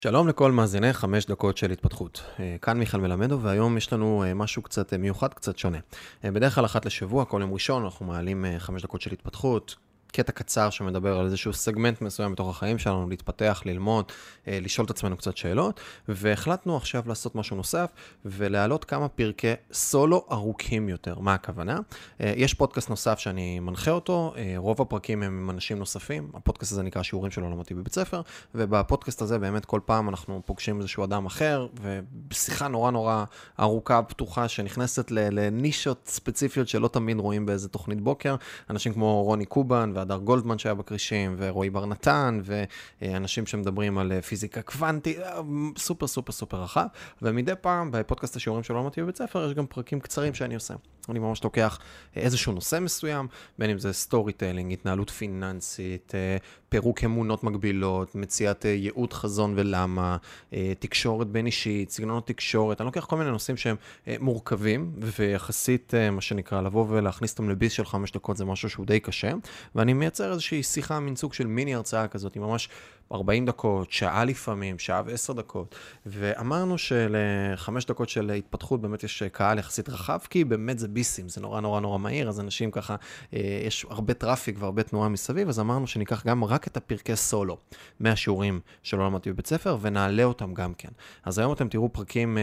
שלום לכל מאזיני 5 דקות של התפתחות. כאן מיכאל מלמדו, והיום יש לנו משהו קצת מיוחד, קצת שונה. בדרך כלל אחת לשבוע, כל יום ראשון, אנחנו מעלים 5 דקות של התפתחות, קטע קצר שמדבר על איזשהו סגמנט מסוים בתוך החיים שלנו, להתפתח, ללמוד, לשאול את עצמנו קצת שאלות, והחלטנו עכשיו לעשות משהו נוסף, ולהעלות כמה פרקי סולו ארוכים יותר. מה הכוונה? יש פודקאסט נוסף שאני מנחה אותו, רוב הפרקים הם עם אנשים נוספים, הפודקאסט הזה נקרא שיעורים שלא למדתי בבית ספר, ובפודקאסט הזה באמת כל פעם אנחנו פוגשים איזשהו אדם אחר, ובשיחה נורא נורא ארוכה, פתוחה, שנכנסת לנישות ספציפיות שלא תמיד רואים באיזה תוכנית בוקר, אנשים כמו רוני קובן והדר גולדמן שהיה בקרישים, ורועי בר נתן, ואנשים שמדברים על פיזיקה קוונטית, סופר סופר סופר רחב, ומדי פעם בפודקאסט השיעורים שלא למדתי בבית ספר, יש גם פרקים קצרים שאני עושה. אני ממש לוקח איזשהו נושא מסוים, בין אם זה סטורי טיילינג, התנהלות פיננסית, פירוק אמונות מגבילות, מציאת ייעוד חזון ולמה, תקשורת בין אישית, סגנונות תקשורת. אני לוקח כל מיני נושאים שהם מורכבים, ויחסית מה שנקרא לבוא ולהכניס אותם לביס של 5 דקות זה משהו שהוא די קשה, ואני מייצר איזושהי שיחה, מין סוג של מיני הרצאה כזאת, עם ממש 40 דקות, שעה לפעמים, שעה ו10 דקות, ואמרנו של5 דקות של התפתחות באמת יש קהל יחסית רחב, כי באמת זה ביסים, זה נורא נורא נורא מהיר, אז אנשים ככה, יש הרבה טראפיק והרבה תנועה מסביב, אז אמרנו שניקח גם רק את הפרקי סולו מהשיעורים שלא למדתי בבית ספר, ונעלה אותם גם כן. אז היום אתם תראו פרקים,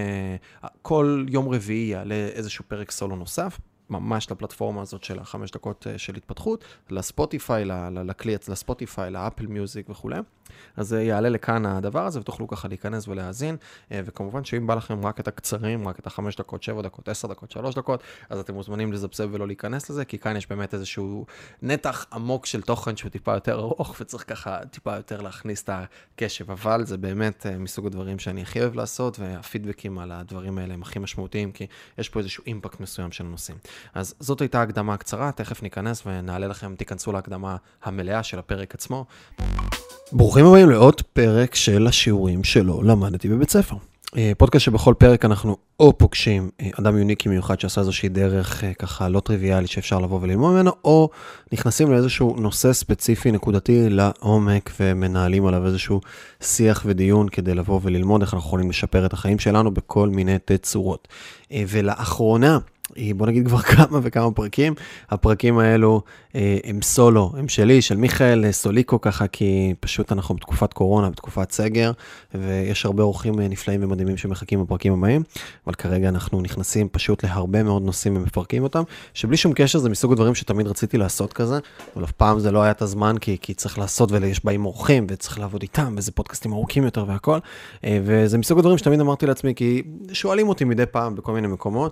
כל יום רביעי יעלה איזשהו פרק סולו נוסף, ממש לפלטפורמה הזאת של 5 דקות של התפתחות, לספוטיפיי, לכלי, לספוטיפיי, לאפל מיוזיק וכו'. אז יעלה לכאן הדבר הזה, ותוכלו ככה להיכנס ולהאזין, וכמובן שאם בא לכם רק את הקצרים, רק את 5 דקות, 7 דקות, 10 דקות, 3 דקות, אז אתם מוזמנים לזבזב ולא להיכנס לזה, כי כאן יש באמת איזשהו נתח עמוק של תוכן שהוא טיפה יותר ארוך, וצריך ככה טיפה יותר להכניס את הקשב, אבל זה באמת מסוג הדברים שאני הכי אוהב לעשות, והפידבקים על הדברים האלה הם הכי משמעותיים, כי יש פה איזשהו אימפקט מסוים של הנושאים. אז זאת הייתה הקדמה הקצרה, תכף ניכנס ונעלה לכם, תיכנסו להקדמה המלאה של הפרק עצמו. ברוכים הבאים לעוד פרק של השיעורים שלא למדתי בבית ספר. פודקאסט שבכל פרק אנחנו או פוגשים אדם יוניקי מיוחד שעשה איזושהי דרך ככה לא טריוויאלית שאפשר לבוא וללמוד ממנו, או נכנסים לאיזשהו נושא ספציפי נקודתי לעומק ומנהלים עליו איזשהו שיח ודיון כדי לבוא וללמוד איך אנחנו יכולים לשפר את החיים שלנו בכל מיני תצורות. ולאחרונה, בוא נגיד כבר כמה וכמה פרקים, הפרקים האלו הם סולו, הם שלי, של מיכאל סוליקו ככה, כי פשוט אנחנו בתקופת קורונה, בתקופת סגר, ויש הרבה אורחים נפלאים ומדהימים שמחכים בפרקים הבאים, אבל כרגע אנחנו נכנסים פשוט להרבה מאוד נושאים ומפרקים אותם, שבלי שום קשר זה מסוג הדברים שתמיד רציתי לעשות כזה, אבל אף פעם זה לא היה את הזמן, כי צריך לעשות ויש באים אורחים, וצריך לעבוד איתם, וזה פודקאסטים ארוכים יותר והכל, וזה מסוג הדברים שתמיד אמרתי לעצמי, כי שואלים אותי מדי פעם בכל מיני מקומות,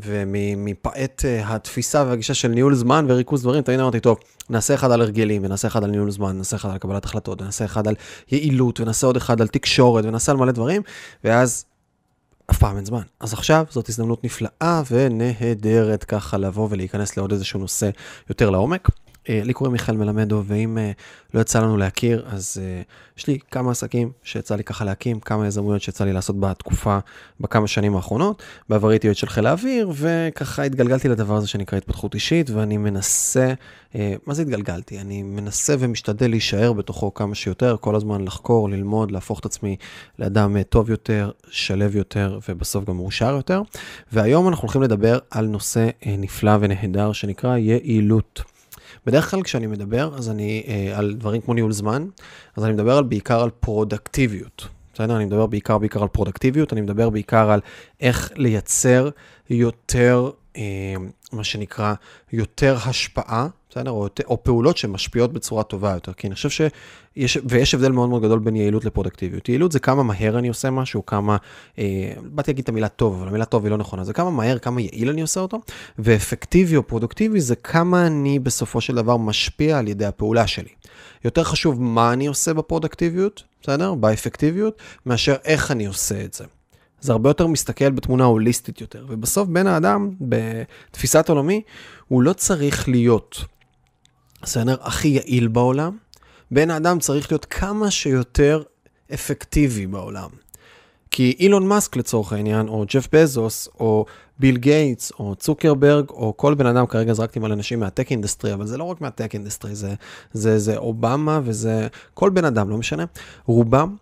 מפעט התפיסה והגישה של ניהול זמן וריכוז דברים, תמיד אמרתי, טוב, נעשה אחד על הרגלים, ונעשה אחד על ניהול זמן, נעשה אחד על קבלת החלטות, ונעשה אחד על יעילות, ונעשה עוד אחד על תקשורת, ונעשה על מלא דברים, ואז אף פעם אין זמן. אז עכשיו זאת הזדמנות נפלאה ונהדרת ככה לבוא ולהיכנס לעוד איזשהו נושא יותר לעומק. לי קוראים מיכאל מלמדו, ואם לא יצא לנו להכיר, אז יש לי כמה עסקים שיצא לי ככה להקים, כמה יזמויות שיצא לי לעשות בתקופה, בכמה שנים האחרונות, בעבר הייתי יועץ של חיל האוויר, וככה התגלגלתי לדבר הזה שנקרא התפתחות אישית, ואני מנסה, מה זה התגלגלתי? אני מנסה ומשתדל להישאר בתוכו כמה שיותר, כל הזמן לחקור, ללמוד, להפוך את עצמי לאדם טוב יותר, שלב יותר, ובסוף גם מאושר יותר. והיום אנחנו הולכים לדבר על נושא נפלא ונהדר שנקרא יעילות. בדרך כלל כשאני מדבר, אז אני על דברים כמו ניהול זמן, אז אני מדבר בעיקר על פרודקטיביות. בסדר? אני מדבר בעיקר על פרודקטיביות, אני מדבר בעיקר על איך לייצר יותר, מה שנקרא, יותר השפעה, בסדר? או פעולות שמשפיעות בצורה טובה יותר. כי אני חושב ויש הבדל מאוד מאוד גדול בין יעילות לפרודקטיביות. יעילות זה כמה מהר אני עושה משהו, כמה, באתי להגיד את המילה טוב, אבל המילה טוב היא לא נכונה. זה כמה מהר, כמה יעיל אני עושה אותו. ואפקטיבי או פרודוקטיבי זה כמה אני בסופו של דבר משפיע על ידי הפעולה שלי. יותר חשוב מה אני עושה בפרודקטיביות, בסדר? באפקטיביות, מאשר איך אני עושה את זה. זה הרבה יותר מסתכל בתמונה הוליסטית יותר. ובסוף בין האדם, בתפיסת עולמי, הוא לא צריך להיות הסנר הכי יעיל בעולם, בין האדם צריך להיות כמה שיותר אפקטיבי בעולם. כי אילון מאסק לצורך העניין, או ג'ף בזוס, או ביל גייטס, או צוקרברג, או כל בן אדם, כרגע זרקתי על אנשים מהטק אינדסטרי, אבל זה לא רק מהטק אינדסטרי, זה אובמה, וזה כל בן אדם, לא משנה. רובם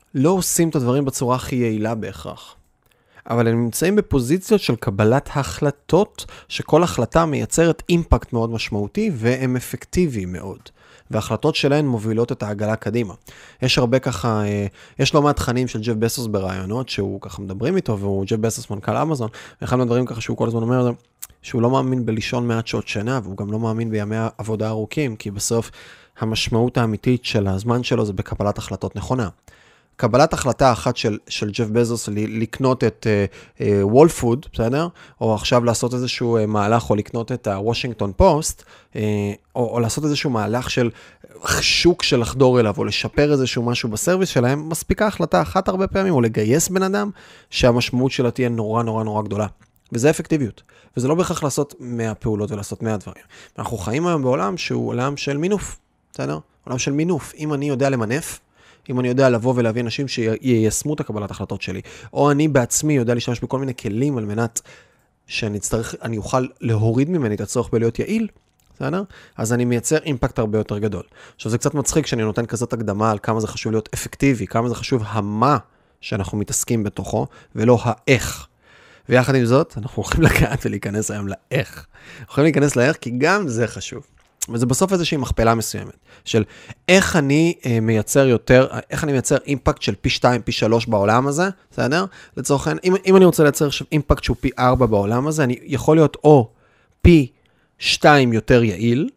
לא עושים את הדברים בצורה הכי יעילה בהכרח. אבל הם נמצאים בפוזיציות של קבלת החלטות, שכל החלטה מייצרת אימפקט מאוד משמעותי, והם אפקטיביים מאוד. וההחלטות שלהן מובילות את העגלה קדימה. יש הרבה ככה, יש לא מעט תכנים של ג'ף בסוס ברעיונות, שהוא ככה מדברים איתו, והוא ג'ף בסוס מנכ"ל אמזון, ואחד מהדברים ככה שהוא כל הזמן אומר, שהוא לא מאמין בלישון מעט שעות שינה, והוא גם לא מאמין בימי עבודה ארוכים, כי בסוף המשמעות האמיתית של הזמן שלו זה בקבלת החלטות נכונה. קבלת החלטה אחת של ג'ף בזוס לקנות את וול פוד, בסדר? או עכשיו לעשות איזשהו מהלך או לקנות את הוושינגטון פוסט, או לעשות איזשהו מהלך של שוק של לחדור אליו, או לשפר איזשהו משהו בסרוויס שלהם, מספיקה החלטה אחת הרבה פעמים, או לגייס בן אדם, שהמשמעות שלה תהיה נורא נורא נורא גדולה. וזה אפקטיביות. וזה לא בהכרח לעשות 100 פעולות ולעשות 100 דברים. אנחנו חיים היום בעולם שהוא עולם של מינוף, בסדר? עולם של מינוף. אם אני יודע למנף, אם אני יודע לבוא ולהביא אנשים שיישמו את הקבלת החלטות שלי, או אני בעצמי יודע להשתמש בכל מיני כלים על מנת אני אוכל להוריד ממני את הצורך בלהיות יעיל, בסדר? אז אני מייצר אימפקט הרבה יותר גדול. עכשיו זה קצת מצחיק שאני נותן כזאת הקדמה על כמה זה חשוב להיות אפקטיבי, כמה זה חשוב המה שאנחנו מתעסקים בתוכו, ולא האיך. ויחד עם זאת, אנחנו הולכים לגעת ולהיכנס היום לאיך. הולכים להיכנס לאיך כי גם זה חשוב. וזה בסוף איזושהי מכפלה מסוימת, של איך אני מייצר אימפקט של פי 2, פי 3 בעולם הזה, בסדר? לצורך העניין, אם אני רוצה לייצר אימפקט שהוא פי 4 בעולם הזה, אני יכול להיות או פי 2 יותר יעיל,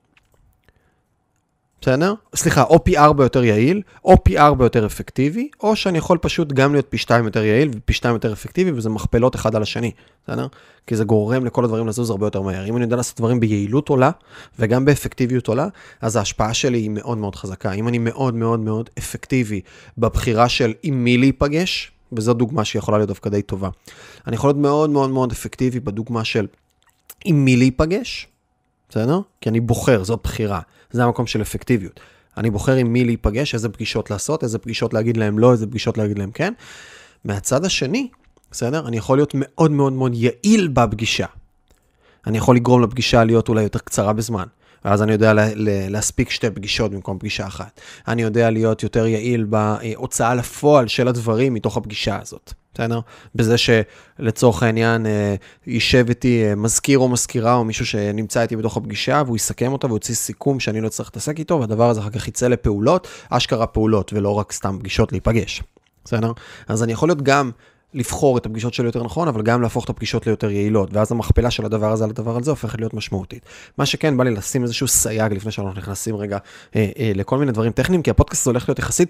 בסדר? סליחה, או פי 4 יותר יעיל, או פי 4 יותר אפקטיבי, או שאני יכול פשוט גם להיות פי 2 יותר יעיל ופי 2 יותר אפקטיבי, וזה מכפלות אחד על השני, בסדר? כי זה גורם לכל הדברים לזוז הרבה יותר מהר. אם אני יודע לעשות דברים ביעילות עולה, וגם באפקטיביות עולה, אז ההשפעה שלי היא מאוד מאוד חזקה. אם אני מאוד מאוד מאוד אפקטיבי בבחירה של עם מי להיפגש, וזו דוגמה שיכולה להיות דווקא די טובה. אני יכול להיות מאוד מאוד מאוד אפקטיבי בדוגמה של עם מי להיפגש, בסדר? כי אני בוחר, זאת בחירה. זה המקום של אפקטיביות. אני בוחר עם מי להיפגש, איזה פגישות לעשות, איזה פגישות להגיד להם לא, איזה פגישות להגיד להם כן. מהצד השני, בסדר? אני יכול להיות מאוד מאוד מאוד יעיל בפגישה. אני יכול לגרום לפגישה להיות אולי יותר קצרה בזמן. ואז אני יודע להספיק 2 פגישות במקום פגישה אחת. אני יודע להיות יותר יעיל בהוצאה לפועל של הדברים מתוך הפגישה הזאת. בסדר? בזה שלצורך העניין יישב איתי מזכיר או מזכירה או מישהו שנמצא איתי בתוך הפגישה והוא יסכם אותה והוציא סיכום שאני לא צריך להתעסק איתו, והדבר הזה אחר כך יצא לפעולות, אשכרה פעולות ולא רק סתם פגישות להיפגש. בסדר? אז אני יכול להיות גם לבחור את הפגישות שלי יותר נכון, אבל גם להפוך את הפגישות ליותר יעילות, ואז המכפלה של הדבר הזה על הדבר הזה הופכת להיות משמעותית. מה שכן, בא לי לשים איזשהו סייג לפני שאנחנו נכנסים רגע לכל מיני דברים טכניים, כי הפודקאסט הולך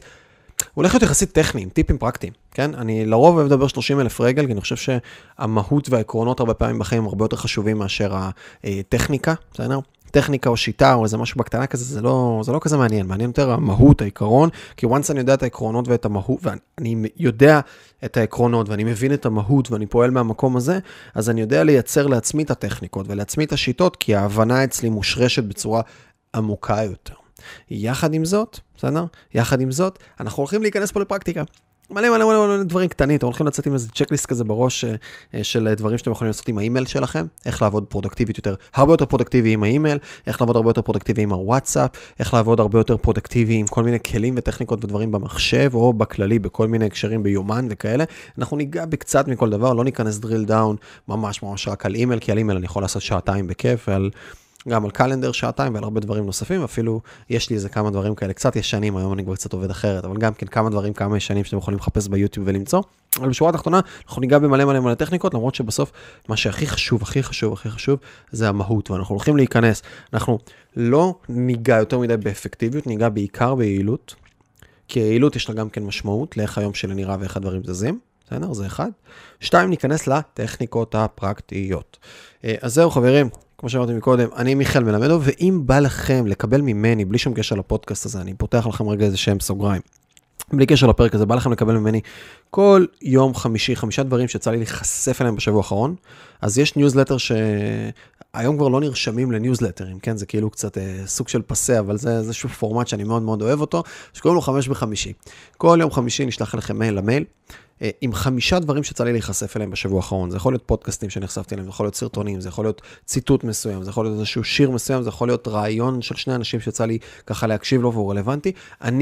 להיות יחסית טכניים, טיפים פרקטיים, כן? אני לרוב אוהב לדבר 30,000 רגל, כי אני חושב שהמהות והעקרונות הרבה פעמים בחיים הרבה יותר חשובים מאשר הטכניקה, בסדר? טכניקה או שיטה או איזה משהו בקטנה כזה, זה לא כזה מעניין. מעניין יותר המהות, העיקרון, כי once אני יודע את העקרונות ואת המהות, ואני יודע את העקרונות ואני מבין את המהות ואני פועל מהמקום הזה, אז אני יודע לייצר לעצמי את הטכניקות ולעצמי את השיטות, כי ההבנה אצלי מושרשת בצורה עמוקה יותר. יחד עם זאת, בסדר? יחד עם זאת, אנחנו הולכים להיכנס פה לפרקטיקה. מלא דברים קטנים, אתם הולכים לצאת עם איזה צ'קליסט כזה בראש של דברים שאתם יכולים לעשות עם האימייל שלכם, איך לעבוד פרודקטיבית יותר, הרבה יותר פרודקטיבי עם האימייל, איך לעבוד הרבה יותר פרודקטיבי עם הוואטסאפ, איך לעבוד הרבה יותר פרודקטיבי עם כל מיני כלים וטכניקות ודברים במחשב, או בכללי, בכל מיני הקשרים ביומן וכאלה. אנחנו ניגע בקצת מכל דבר, לא ניכנס drill down ממש רק על אימייל, כי על אימייל אני יכול לעשות שעתיים בכיף, גם על קלנדר שעתיים ועל הרבה דברים נוספים, אפילו יש לי איזה כמה דברים כאלה, קצת ישנים, היום אני כבר קצת עובד אחרת, אבל גם כן כמה ישנים שאתם יכולים לחפש ביוטיוב ולמצוא. אבל בשורה התחתונה, אנחנו ניגע במלא טכניקות, למרות שבסוף מה שהכי חשוב, זה המהות, ואנחנו הולכים להיכנס. אנחנו לא ניגע יותר מדי באפקטיביות, ניגע בעיקר ביעילות, כי היעילות יש לה גם כן משמעות, לאיך היום שלי נראה ואיך הדברים זזים. בסדר? זה אחד. 2, ניכנס לטכניקות הפרקטיות. אז זהו חברים, כמו שאמרתי מקודם, אני מיכאל מלמדו, ואם בא לכם לקבל ממני, בלי שום קשר לפודקאסט הזה, אני פותח לכם רגע איזה שם סוגריים. בלי קשר לפרק הזה, בא לכם לקבל ממני כל יום חמישי, 5 דברים שיצא לי להיחשף אליהם בשבוע האחרון. אז יש ניוזלטר שהיום כבר לא נרשמים לניוזלטרים, כן? זה כאילו קצת סוג של פסה, אבל זה איזשהו פורמט שאני מאוד מאוד אוהב אותו, שקוראים לו 5 ב-5. כל יום חמישי נשלח לכם מייל למייל, עם 5 דברים שיצא לי להיחשף אליהם בשבוע האחרון. זה יכול להיות פודקאסטים שנחשפתי אליהם, זה יכול להיות סרטונים, זה יכול להיות ציטוט מסוים, זה יכול להיות איזשהו שיר מסוים, זה יכול להיות רעיון של 2 אנשים שיצא לי ככה להקשיב לו והוא רלוונטי. אני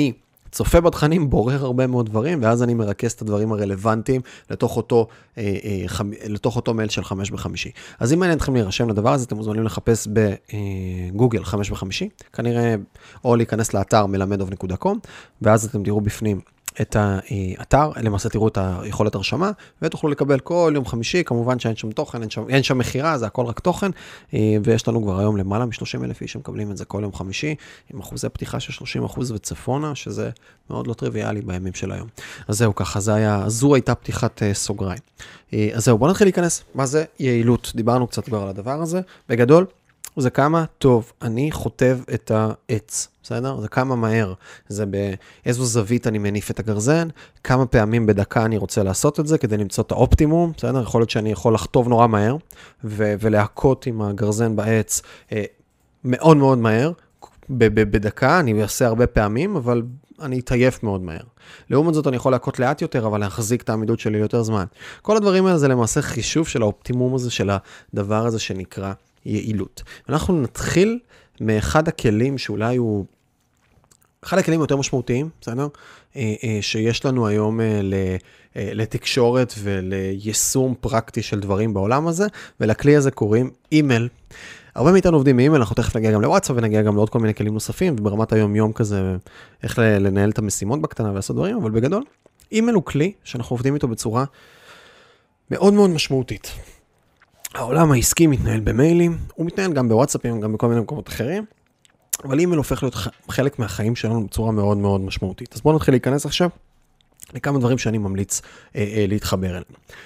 צופה בתכנים, בורר הרבה מאוד דברים, ואז אני מרכז את הדברים הרלוונטיים לתוך אותו מייל של 5 בחמישי. אז אם מעניין אתכם להירשם לדבר הזה, אתם מוזמנים לחפש בגוגל 5 בחמישי, כנראה, או להיכנס לאתר melamedov.com, ואז אתם תראו בפנים את האתר, למעשה תראו את היכולת הרשמה, ותוכלו לקבל כל יום חמישי, כמובן שאין שם תוכן, אין שם מחירה, זה הכל רק תוכן, ויש לנו כבר היום למעלה מ-30,000 איש שמקבלים את זה כל יום חמישי, עם אחוזי פתיחה של 30% וצפונה, שזה מאוד לא טריוויאלי בימים של היום. אז זהו ככה, זו הייתה פתיחת סוגריים. אז זהו, בואו נתחיל להיכנס. מה זה יעילות? דיברנו קצת כבר על הדבר הזה. בגדול, זה כמה טוב אני חוטב את העץ, בסדר? זה כמה מהר, זה באיזו זווית אני מניף את הגרזן, כמה פעמים בדקה אני רוצה לעשות את זה כדי למצוא את האופטימום, בסדר? יכול להיות שאני יכול לחטוב נורא מהר ולהכות עם הגרזן בעץ מאוד מאוד מהר, בדקה, אני אעשה הרבה פעמים, אבל אני אתעייף מאוד מהר. לעומת זאת אני יכול להכות לאט יותר, אבל להחזיק את העמידות שלי יותר זמן. כל הדברים האלה זה למעשה חישוב של האופטימום הזה, של הדבר הזה שנקרא יעילות. אנחנו נתחיל מאחד הכלים שאולי הוא, אחד הכלים יותר משמעותיים, בסדר? שיש לנו היום לתקשורת וליישום פרקטי של דברים בעולם הזה, ולכלי הזה קוראים אימייל. הרבה מאיתנו עובדים מאימייל, אנחנו תכף נגיע גם לוואטסאפ ונגיע גם לעוד כל מיני כלים נוספים, וברמת היום יום כזה, איך לנהל את המשימות בקטנה ולעשות דברים, אבל בגדול, אימייל הוא כלי שאנחנו עובדים איתו בצורה מאוד מאוד משמעותית. העולם העסקי מתנהל במיילים, הוא מתנהל גם בוואטסאפים, גם בכל מיני מקומות אחרים, אבל אימייל הופך להיות חלק מהחיים שלנו בצורה מאוד מאוד משמעותית. אז בואו נתחיל להיכנס עכשיו לכמה דברים שאני ממליץ להתחבר אליהם.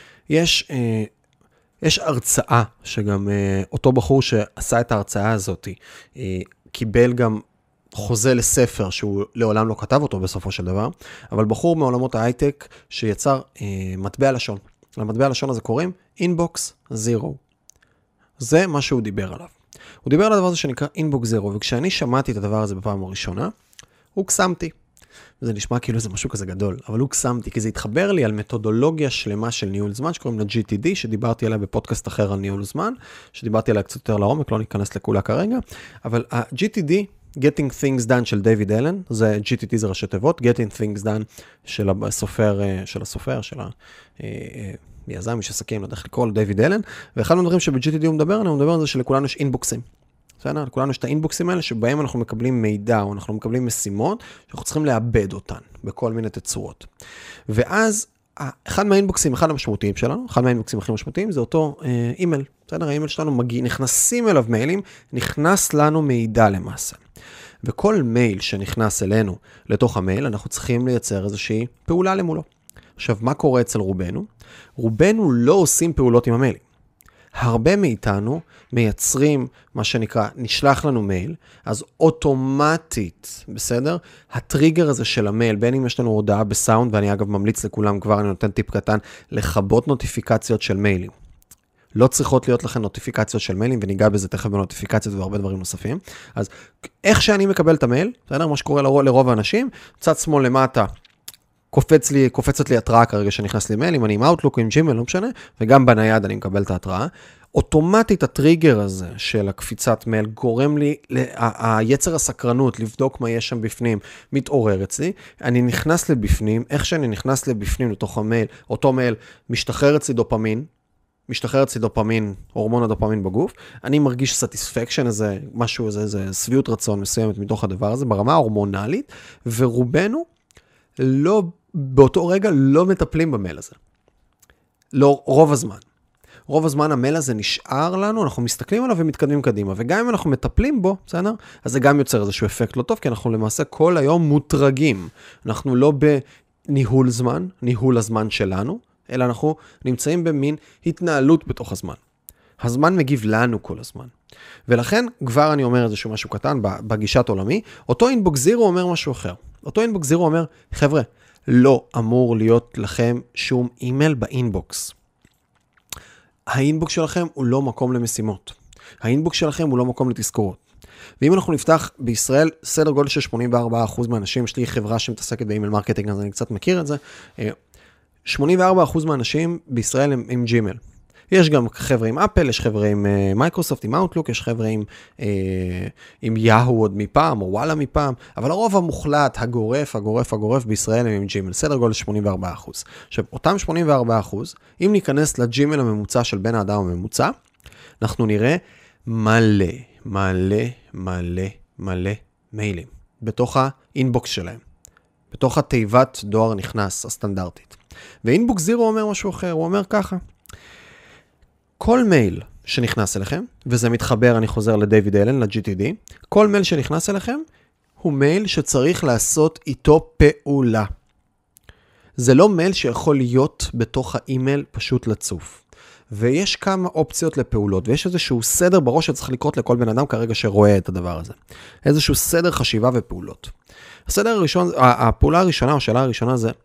יש הרצאה שגם אותו בחור שעשה את ההרצאה הזאת, קיבל גם חוזה לספר שהוא לעולם לא כתב אותו בסופו של דבר, אבל בחור מעולמות ההייטק שיצר מטבע לשון. למטבע הלשון הזה קוראים Inbox Zero. זה מה שהוא דיבר עליו. הוא דיבר על הדבר הזה שנקרא Inbox Zero, וכשאני שמעתי את הדבר הזה בפעם הראשונה, הוא קסמתי. וזה נשמע כאילו זה משהו כזה גדול, אבל הוא קסמתי, כי זה התחבר לי על מתודולוגיה שלמה של ניהול זמן, שקוראים לה GTD, שדיברתי עליה בפודקאסט אחר על ניהול זמן, שדיברתי עליה קצת יותר לעומק, לא ניכנס לכולה כרגע, אבל ה-GTD, Getting Things Done של דיוויד אלן, זה GTD זה ראשי תיבות, Getting Things Done של הסופר, של היזם, איש עסקים, לא יודע איך לקרוא לו, דיוויד אלן, ואחד מהדברים שב-GTD הוא מדבר על זה שלכולנו יש אינבוקסים. בסדר? לכולנו יש את האינבוקסים האלה שבהם אנחנו מקבלים מידע, או אנחנו מקבלים משימות, שאנחנו צריכים לאבד אותן בכל מיני תצורות. ואז, אחד מהאינבוקסים, אחד המשמעותיים שלנו, אחד מהאינבוקסים הכי משמעותיים, זה אותו אימייל. בסדר? האימייל שלנו נכנסים אליו מיילים, נכנס לנו מידע למעשה. וכל מייל שנכנס אלינו לתוך המייל, אנחנו צריכים לייצר איזושהי פעולה למולו. עכשיו, מה קורה אצל רובנו? רובנו לא עושים פעולות עם המיילים. הרבה מאיתנו מייצרים מה שנקרא, נשלח לנו מייל, אז אוטומטית, בסדר? הטריגר הזה של המייל, בין אם יש לנו הודעה בסאונד, ואני אגב ממליץ לכולם כבר, אני נותן טיפ קטן, לכבות נוטיפיקציות של מיילים. לא צריכות להיות לכם נוטיפיקציות של מיילים, וניגע בזה תכף בנוטיפיקציות והרבה דברים נוספים. אז איך שאני מקבל את המייל, בסדר? מה שקורה לרוב האנשים, צד שמאל למטה, קופצת לי התראה כרגע שנכנס לי מייל, אם אני עם Outlook או עם Gmail, לא משנה, וגם בנייד אני מקבל את ההתראה. אוטומטית הטריגר הזה של הקפיצת מייל גורם לי, היצר הסקרנות לבדוק מה יש שם בפנים, מתעורר אצלי, אני נכנס לבפנים, איך שאני נכנס לבפנים לתוך המייל, אותו מייל משתחרר אצלי דופמין, הורמון הדופמין בגוף, אני מרגיש satisfaction, איזה משהו, איזה שביעות רצון מסוימת מתוך הדבר הזה, ברמה ההורמונלית, ורובנו לא, באותו רגע לא מטפלים במייל הזה. לא, רוב הזמן המייל הזה נשאר לנו, אנחנו מסתכלים עליו ומתקדמים קדימה, וגם אם אנחנו מטפלים בו, בסדר? אז זה גם יוצר איזשהו אפקט לא טוב, כי אנחנו למעשה כל היום מוטרגים. אנחנו לא בניהול זמן, ניהול הזמן שלנו, אלא אנחנו נמצאים במין התנהלות בתוך הזמן. הזמן מגיב לנו כל הזמן. ולכן, כבר אני אומר איזשהו משהו קטן בגישת עולמי, אותו אינבוקס זירו אומר משהו אחר. אותו אינבוקס זירו אומר, חבר'ה, לא אמור להיות לכם שום אימייל באינבוקס. האינבוקס שלכם הוא לא מקום למשימות. האינבוקס שלכם הוא לא מקום לתזכורות. ואם אנחנו נפתח בישראל, סדר גודל של 84% מהאנשים, יש לי חברה שמתעסקת באימייל מרקטינג, אז אני קצת מכיר את זה, 84% מהאנשים בישראל הם עם ג'ימייל. יש גם חבר'ה עם אפל, יש חבר'ה עם מייקרוסופט, עם אאוטלוק, יש חבר'ה עם יאהו עוד מפעם, או וואלה מפעם, אבל הרוב המוחלט, הגורף בישראל הם עם ג'ימל, סדר גודל 84%. עכשיו, אותם 84%, אם ניכנס לג'ימל הממוצע של בן האדם הממוצע, אנחנו נראה מלא מיילים, בתוך האינבוקס שלהם, בתוך התיבת דואר נכנס הסטנדרטית. ואינבוקס זירו אומר משהו אחר, הוא אומר ככה, כל מייל שנכנס אליכם, וזה מתחבר, אני חוזר לדייוויד אלן, ל-GTD, כל מייל שנכנס אליכם, הוא מייל שצריך לעשות איתו פעולה. זה לא מייל שיכול להיות בתוך האימייל פשוט לצוף. ויש כמה אופציות לפעולות, ויש איזשהו סדר בראש שצריך לקרות לכל בן אדם כרגע שרואה את הדבר הזה. איזשהו סדר חשיבה ופעולות. הסדר הראשון, הפעולה הראשונה, או השאלה הראשונה זה,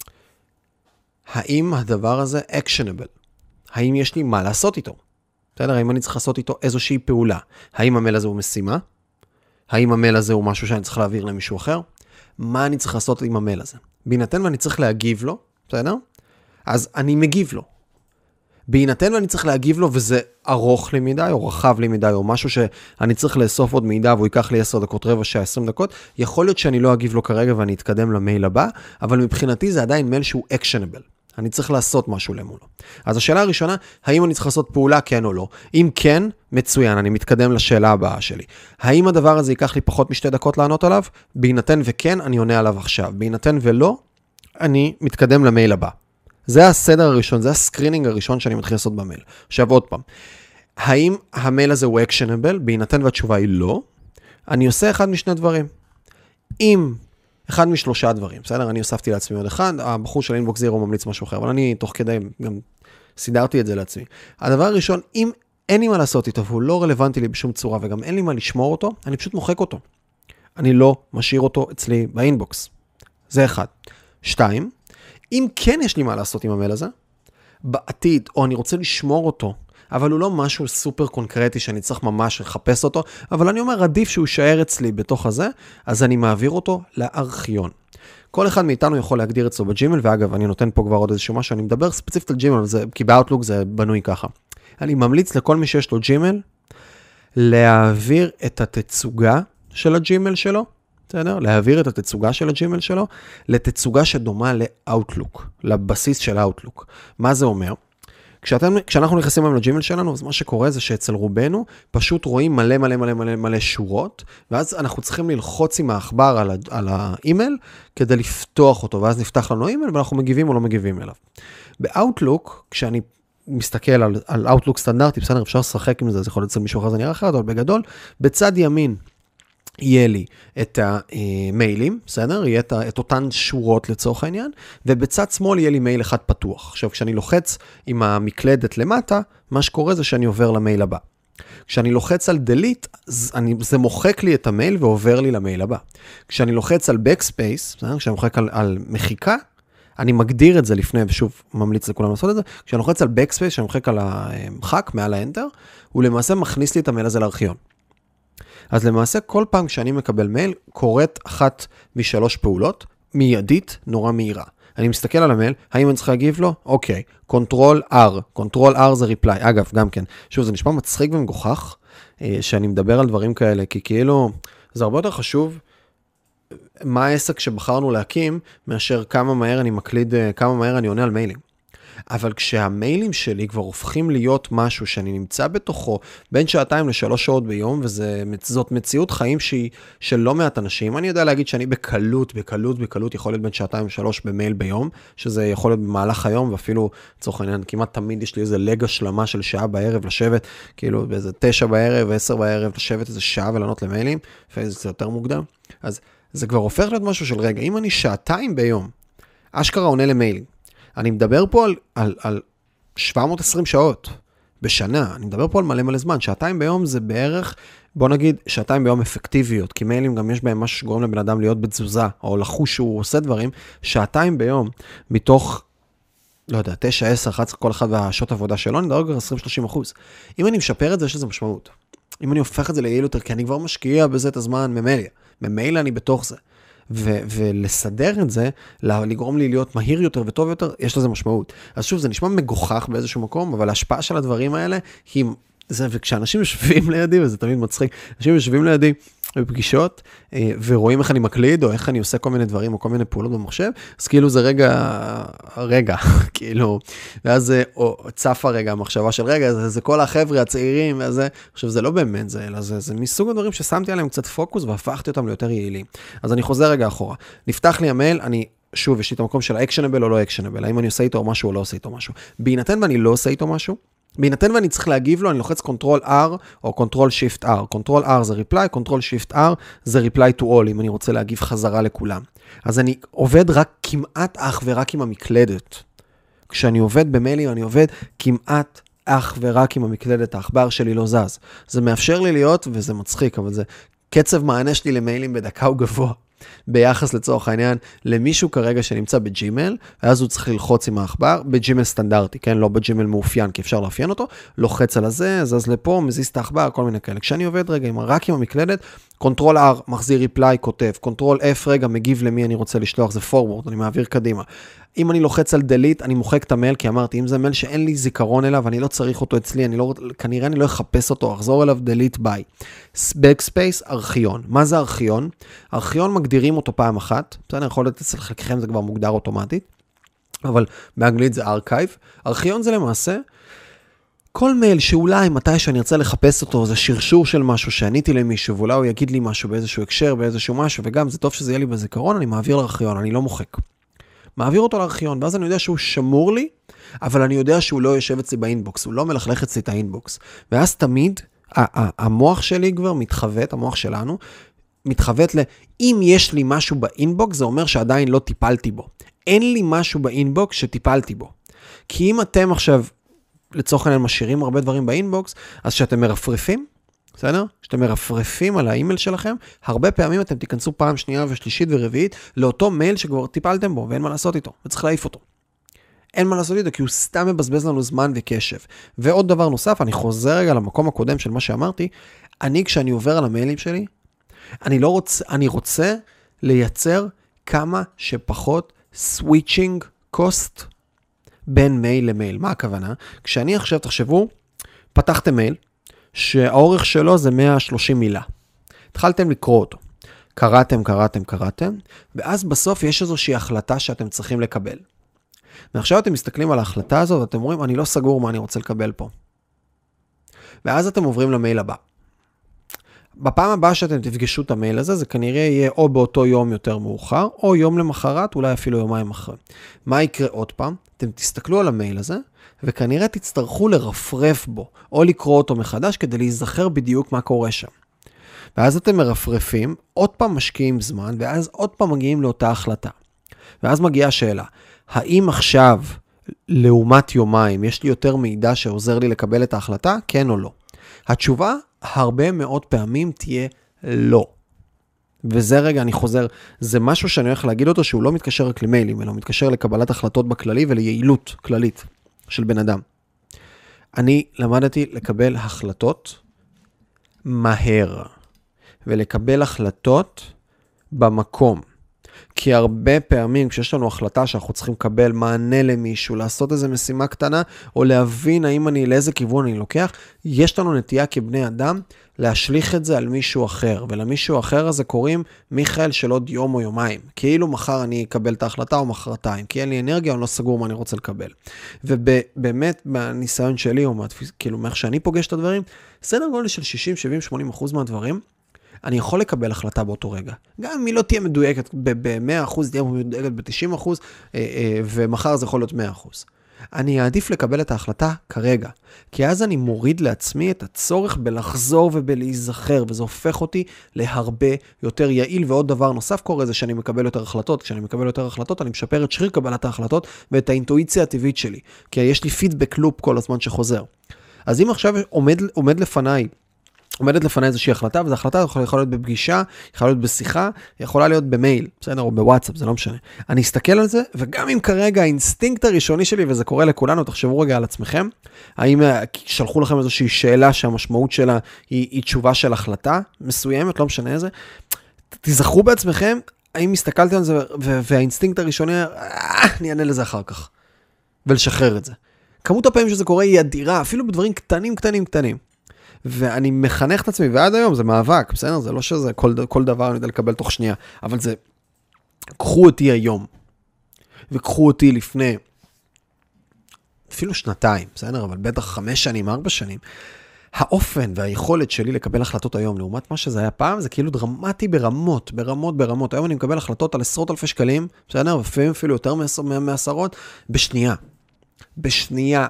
האם הדבר הזה actionable? האם יש לי מה לעשות איתו? בסדר, האם אני צריך לעשות איתו איזושהי פעולה? האם המייל הזה הוא משימה? האם המייל הזה הוא משהו שאני צריך להעביר למישהו אחר? מה אני צריך לעשות עם המייל הזה? בהינתן ואני צריך להגיב לו, בסדר? אז אני מגיב לו. בהינתן ואני צריך להגיב לו, וזה ארוך לי מדי, או רחב לי מדי, או משהו שאני צריך לאסוף עוד מידע, והוא ייקח לי 10 דקות, רבע שעה, 20 דקות, יכול להיות שאני לא אגיב לו כרגע, ואני אתקדם למייל הבא, אבל מבחינתי זה עדיין מייל שהוא actionable. אני צריך לעשות משהו למולו. אז השאלה הראשונה, האם אני צריך לעשות פעולה, כן או לא? אם כן, מצוין, אני מתקדם לשאלה הבאה שלי. האם הדבר הזה ייקח לי פחות מ2 דקות לענות עליו? בהינתן וכן, אני עונה עליו עכשיו. בהינתן ולא, אני מתקדם למייל הבא. זה הסדר הראשון, זה הסקרינינג הראשון שאני מתחיל לעשות במייל. עכשיו עוד פעם, האם המייל הזה הוא actionable? בהינתן והתשובה היא לא, אני עושה אחד משני דברים. אם אחד משלושה דברים, בסדר? אני הוספתי לעצמי עוד אחד, הבחור של אינבוקס זירו ממליץ משהו אחר, אבל אני תוך כדי גם סידרתי את זה לעצמי. הדבר הראשון, אם אין לי מה לעשות איתו, והוא לא רלוונטי לי בשום צורה, וגם אין לי מה לשמור אותו, אני פשוט מוחק אותו. אני לא משאיר אותו אצלי באינבוקס. זה אחד. 2, אם כן יש לי מה לעשות עם המייל הזה, בעתיד, או אני רוצה לשמור אותו, אבל הוא לא משהו סופר קונקרטי שאני צריך ממש לחפש אותו, אבל אני אומר, עדיף שהוא יישאר אצלי בתוך הזה, אז אני מעביר אותו לארכיון. כל אחד מאיתנו יכול להגדיר אצלו בג'ימל, ואגב, אני נותן פה כבר עוד איזשהו משהו, אני מדבר ספציפית על ג'ימל, כי באוטלוק זה בנוי ככה. אני ממליץ לכל מי שיש לו ג'ימל, להעביר את התצוגה של הג'ימל שלו, בסדר? להעביר את התצוגה של הג'ימל שלו, לתצוגה שדומה לאוטלוק, לבסיס של אוטלוק. מה זה אומר? כשאנחנו נכנסים היום לג'ימל שלנו, אז מה שקורה זה שאצל רובנו פשוט רואים מלא שורות, ואז אנחנו צריכים ללחוץ עם העכבר על האימייל, כדי לפתוח אותו, ואז נפתח לנו אימייל, ואנחנו מגיבים או לא מגיבים אליו. באוטלוק, כשאני מסתכל על אוטלוק סטנדרטי, בסדר, אפשר לשחק עם זה, זה יכול להיות אצל מישהו אחר, זה נראה אחר, אבל בגדול, בצד ימין, יהיה לי את המיילים, בסדר? יהיה את אותן שורות לצורך העניין, ובצד שמאל יהיה לי מייל אחד פתוח. עכשיו, כשאני לוחץ עם המקלדת למטה, מה שקורה זה שאני עובר למייל הבא. כשאני לוחץ על delete, זה מוחק לי את המייל ועובר לי למייל הבא. כשאני לוחץ על backspace, בסדר? כשאני מוחק על מחיקה, אני מגדיר את זה לפני, ושוב ממליץ לכולם לעשות את זה, כשאני לוחץ על backspace, כשאני מוחק על המחק מעל האנטר, הוא למעשה מכניס לי את המייל הזה לארכיון. אז למעשה כל פעם כשאני מקבל מייל, קורית אחת משלוש פעולות, מיידית, נורא מהירה. אני מסתכל על המייל, האם אני צריך להגיב לו? אוקיי, Ctrl R זה reply. אגב, גם כן, שוב, זה נשמע מצחיק ומגוחך, שאני מדבר על דברים כאלה, כי כאילו, זה הרבה יותר חשוב, מה העסק שבחרנו להקים, מאשר כמה מהר אני מקליד, כמה מהר אני עונה על מיילים. אבל כשהמיילים שלי כבר הופכים להיות משהו שאני נמצא בתוכו בין 2 ל3 שעות ביום, וזאת מציאות חיים שהיא של לא מעט אנשים, אני יודע להגיד שאני בקלות יכול להיות בין 2 ל3 במייל ביום, שזה יכול להיות במהלך היום, ואפילו צורך העניין, כמעט תמיד יש לי איזה לג השלמה של שעה בערב לשבת, כאילו באיזה 9 בערב, 10 בערב, לשבת איזה שעה ולענות למיילים, וזה יותר מוקדם. אז זה כבר הופך להיות משהו של רגע, אם אני 2 ביום, אשכרה עונה למיילים, אני מדבר פה על 720 שעות בשנה, אני מדבר פה על מלא זמן, 2 ביום זה בערך, בוא נגיד 2 ביום אפקטיביות, כי מיילים גם יש בהם משהו שגורם לבן אדם להיות בתזוזה, או לחוש שהוא עושה דברים, 2 ביום מתוך, לא יודע, 9, 10, 11, כל אחד והשעות עבודה שלו, נדבר כבר 20-30%. אם אני משפר את זה, יש לזה משמעות. אם אני הופך את זה ליעיל יותר, כי אני כבר משקיע בזה את הזמן ממילא אני בתוך זה. ולסדר את זה, לגרום לי להיות מהיר יותר וטוב יותר, יש לזה משמעות. אז שוב, זה נשמע מגוחך באיזשהו מקום, אבל ההשפעה של הדברים האלה היא, וכשאנשים יושבים לידי, וזה תמיד מצחיק, אנשים יושבים לידי בפגישות, ורואים איך אני מקליד, או איך אני עושה כל מיני דברים, או כל מיני פעולות במחשב, אז כאילו זה רגע, כאילו, ואז צפה רגע, המחשבה של רגע, זה כל החבר'ה הצעירים, וזה, עכשיו זה לא באמת זה, אלא זה מסוג הדברים ששמתי עליהם קצת פוקוס, והפכתי אותם ליותר יעילים. אז אני חוזר רגע אחורה. נפתח לי המייל, שוב, יש לי את המקום של האקשנבל או לא אקשנבל, האם אני עושה איתו משהו או לא עושה איתו משהו. בהינתן ואני לא עושה איתו משהו, בהינתן ואני צריך להגיב לו, אני לוחץ Ctrl R או Ctrl Shift R. Ctrl R זה reply, Ctrl Shift R זה reply to all, אם אני רוצה להגיב חזרה לכולם. אז אני עובד רק כמעט אך ורק עם המקלדת. כשאני עובד במיילים, אני עובד כמעט אך ורק עם המקלדת, העכבר שלי לא זז. זה מאפשר לי להיות, וזה מצחיק, אבל זה קצב מענה שלי למיילים בדקה הוא גבוה. ביחס לצורך העניין למישהו כרגע שנמצא בג'ימל, ואז הוא צריך ללחוץ עם העכבר, בג'ימל סטנדרטי, כן? לא בג'ימל מאופיין, כי אפשר לאפיין אותו, לוחץ על הזה, זז לפה, מזיז את העכבר, כל מיני כאלה. כשאני עובד רגע רק עם המקלדת, Ctrl R, מחזיר ריפליי, כותב, Ctrl F רגע, מגיב למי אני רוצה לשלוח, זה forward, אני מעביר קדימה. אם אני לוחץ על delete, אני מוחק את המייל, כי אמרתי, אם זה מייל שאין לי זיכרון אליו, אני לא צריך אותו אצלי, כנראה אני לא אחפש אותו, אחזור אליו, delete by. Backspace, ארכיון. מה זה ארכיון? ארכיון מגדירים אותו פעם אחת, בסדר, יכול להיות אצל חלקכם זה כבר מוגדר אוטומטית, אבל באנגלית זה archive. ארכיון זה למעשה, כל מייל שאולי מתי שאני ארצה לחפש אותו, זה שרשור של משהו שעניתי למישהו, ואולי הוא יגיד לי משהו באיזשהו הקשר, באיזשהו משהו, וגם זה טוב שזה יהיה לי בזיכרון, אני מעביר לארכיון, אני לא מוחק. מעביר אותו לארכיון, ואז אני יודע שהוא שמור לי, אבל אני יודע שהוא לא יושב אצלי באינבוקס, הוא לא מלכלך אצלי את האינבוקס. ואז תמיד, המוח שלי כבר מתחוות, המוח שלנו, מתחוות אם יש לי משהו באינבוקס, זה אומר שעדיין לא טיפלתי בו. אין לי משהו באינבוקס שטיפלתי בו. כי אם אתם עכשיו, לצורך העניין משאירים הרבה דברים באינבוקס, אז שאתם מרפרפים, בסדר? שאתם מרפרפים על האימייל שלכם, הרבה פעמים אתם תיכנסו פעם שנייה ושלישית ורביעית, לאותו מייל שכבר טיפלתם בו, ואין מה לעשות איתו, וצריך להעיף אותו. אין מה לעשות איתו, כי הוא סתם מבזבז לנו זמן וקשב. ועוד דבר נוסף, אני חוזר רגע למקום הקודם של מה שאמרתי, כשאני עובר על המיילים שלי, אני רוצה לייצר כמה שפחות switching cost בין מייל למייל. מה הכוונה? כשאני עכשיו, תחשבו, פתחתם מייל, שהאורך שלו זה 130 מילה. התחלתם לקרוא אותו. קראתם, ואז בסוף יש איזושהי החלטה שאתם צריכים לקבל. ועכשיו אתם מסתכלים על ההחלטה הזו, ואתם אומרים, אני לא סגור מה אני רוצה לקבל פה. ואז אתם עוברים למייל הבא. בפעם הבאה שאתם תפגשו את המייל הזה, זה כנראה יהיה או באותו יום יותר מאוחר, או יום למחרת, אולי אפילו יומיים אחרי. מה יקרה עוד פעם? אתם תסתכלו על המייל הזה, וכנראה תצטרכו לרפרף בו, או לקרוא אותו מחדש, כדי להיזכר בדיוק מה קורה שם. ואז אתם מרפרפים, עוד פעם משקיעים זמן, ואז עוד פעם מגיעים לאותה החלטה. ואז מגיעה השאלה, האם עכשיו, לעומת יומיים, יש לי יותר מידע שעוזר לי לקבל את ההחלטה? כן או לא? התשובה, הרבה מאוד פעמים תהיה לא. וזה רגע, אני חוזר, זה משהו שאני הולך להגיד אותו, שהוא לא מתקשר רק למיילים, אלא מתקשר לקבלת החלטות בכללי וליעילות כללית של בן אדם. אני למדתי לקבל החלטות מהר, ולקבל החלטות במקום. כי הרבה פעמים כשיש לנו החלטה שאנחנו צריכים לקבל מענה למישהו, לעשות איזו משימה קטנה, או להבין האם לאיזה כיוון אני לוקח, יש לנו נטייה כבני אדם להשליך את זה על מישהו אחר, ולמישהו אחר הזה קוראים מיכאל של עוד יום או יומיים, כאילו מחר אני אקבל את ההחלטה או מחרתיים, כי אין לי אנרגיה, אני לא סגור מה אני רוצה לקבל. ובאמת, בניסיון שלי, או כאילו מאיך שאני פוגש את הדברים, סדר גודל של 60, 70, 80% מהדברים, אני יכול לקבל החלטה באותו רגע. גם אם היא לא תהיה מדויקת ב-100%, תהיה מדויקת ב-90%, ומחר זה יכול להיות 100%. אני אעדיף לקבל את ההחלטה כרגע, כי אז אני מוריד לעצמי את הצורך בלחזור ובלהיזכר, וזה הופך אותי להרבה יותר יעיל, ועוד דבר נוסף קורה זה שאני מקבל יותר החלטות. כשאני מקבל יותר החלטות, אני משפר את שריר קבלת ההחלטות, ואת האינטואיציה הטבעית שלי, כי יש לי פידבק לופ כל הזמן שחוזר. אז אם עכשיו עומדת לפני איזושהי החלטה, וזו החלטה יכולה להיות בפגישה, יכולה להיות בשיחה, יכולה להיות במייל, בסדר, או בוואטסאפ, זה לא משנה. אני אסתכל על זה, וגם אם כרגע האינסטינקט הראשוני שלי, וזה קורה לכולנו, תחשבו רגע על עצמכם, האם שלחו לכם איזושהי שאלה שהמשמעות שלה היא תשובה של החלטה מסוימת, לא משנה איזה, תזכרו בעצמכם, האם הסתכלתי על זה, והאינסטינקט הראשוני, אני אענה לזה אחר כך. ולשחרר את זה. כמות הפעמים שזה קורה היא אדירה, אפילו בדברים קטנים, קטנים, קטנים. ואני מחנך את עצמי, ועד היום זה מאבק, בסדר? זה לא שזה כל דבר אני יודע לקבל תוך שנייה, אבל זה, קחו אותי היום, וקחו אותי לפני, אפילו שנתיים, בסדר? אבל בטח 5 שנים, 4 שנים. האופן והיכולת שלי לקבל החלטות היום, לעומת מה שזה היה פעם, זה כאילו דרמטי ברמות. היום אני מקבל החלטות על עשרות אלפי שקלים, בסדר? ולפעמים אפילו יותר מעשרות, בשנייה,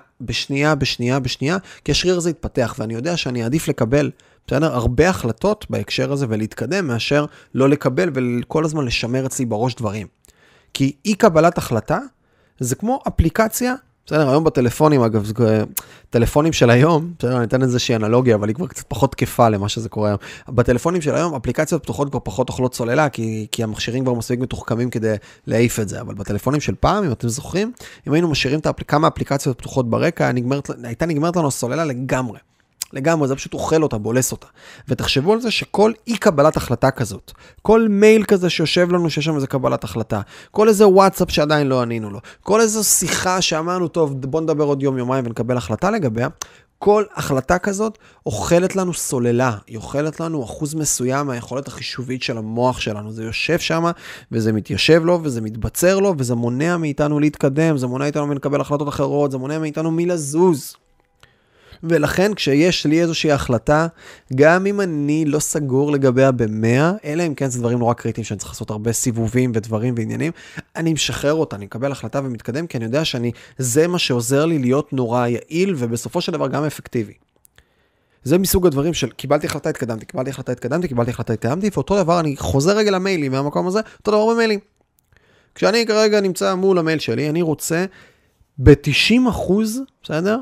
כי השריר הזה יתפתח, ואני יודע שאני עדיף לקבל, בסדר? הרבה החלטות בהקשר הזה ולהתקדם, מאשר לא לקבל וכל הזמן לשמר אצלי בראש דברים. כי אי קבלת החלטה, זה כמו אפליקציה, בסדר, היום בטלפונים, אגב, טלפונים של היום, בסדר, אני אתן איזושהי אנלוגיה, אבל היא כבר קצת פחות תקפה למה שזה קורה היום. בטלפונים של היום, אפליקציות פתוחות כבר פחות אוכלות סוללה, כי המכשירים כבר מספיק מתוחכמים כדי להעיף את זה. אבל בטלפונים של פעם, אם אתם זוכרים, אם היינו משאירים כמה אפליקציות פתוחות ברקע, הייתה נגמרת לנו הסוללה לגמרי, זה פשוט אוכל אותה, בולס אותה. ותחשבו על זה שכל אי קבלת החלטה כזאת, כל מייל כזה שיושב לנו שיש שם איזה קבלת החלטה, כל איזה וואטסאפ שעדיין לא ענינו לו, כל איזו שיחה שאמרנו, טוב, בוא נדבר עוד יומיים ונקבל החלטה לגביה, כל החלטה כזאת אוכלת לנו סוללה, היא אוכלת לנו אחוז מסוים מהיכולת החישובית של המוח שלנו, זה יושב שם וזה מתיישב לו וזה מתבצר לו וזה מונע מאיתנו להתקדם, זה מונע מאיתנו מלקבל החלטות אחרות, זה מונע מאיתנו מלזוז. ולכן כשיש לי איזושהי החלטה, גם אם אני לא סגור לגביה ב100, אלא אם כן זה דברים נורא קריטיים שאני צריך לעשות הרבה סיבובים ודברים ועניינים, אני משחרר אותה, אני מקבל החלטה ומתקדם, כי אני יודע זה מה שעוזר לי להיות נורא יעיל, ובסופו של דבר גם אפקטיבי. זה מסוג הדברים של קיבלתי החלטה, התקדמתי, ואותו דבר אני חוזר רגע למיילים מהמקום הזה, אותו דבר במיילים. כשאני כרגע נמצא מול המייל שלי, אני רוצה ב-90%, בסדר?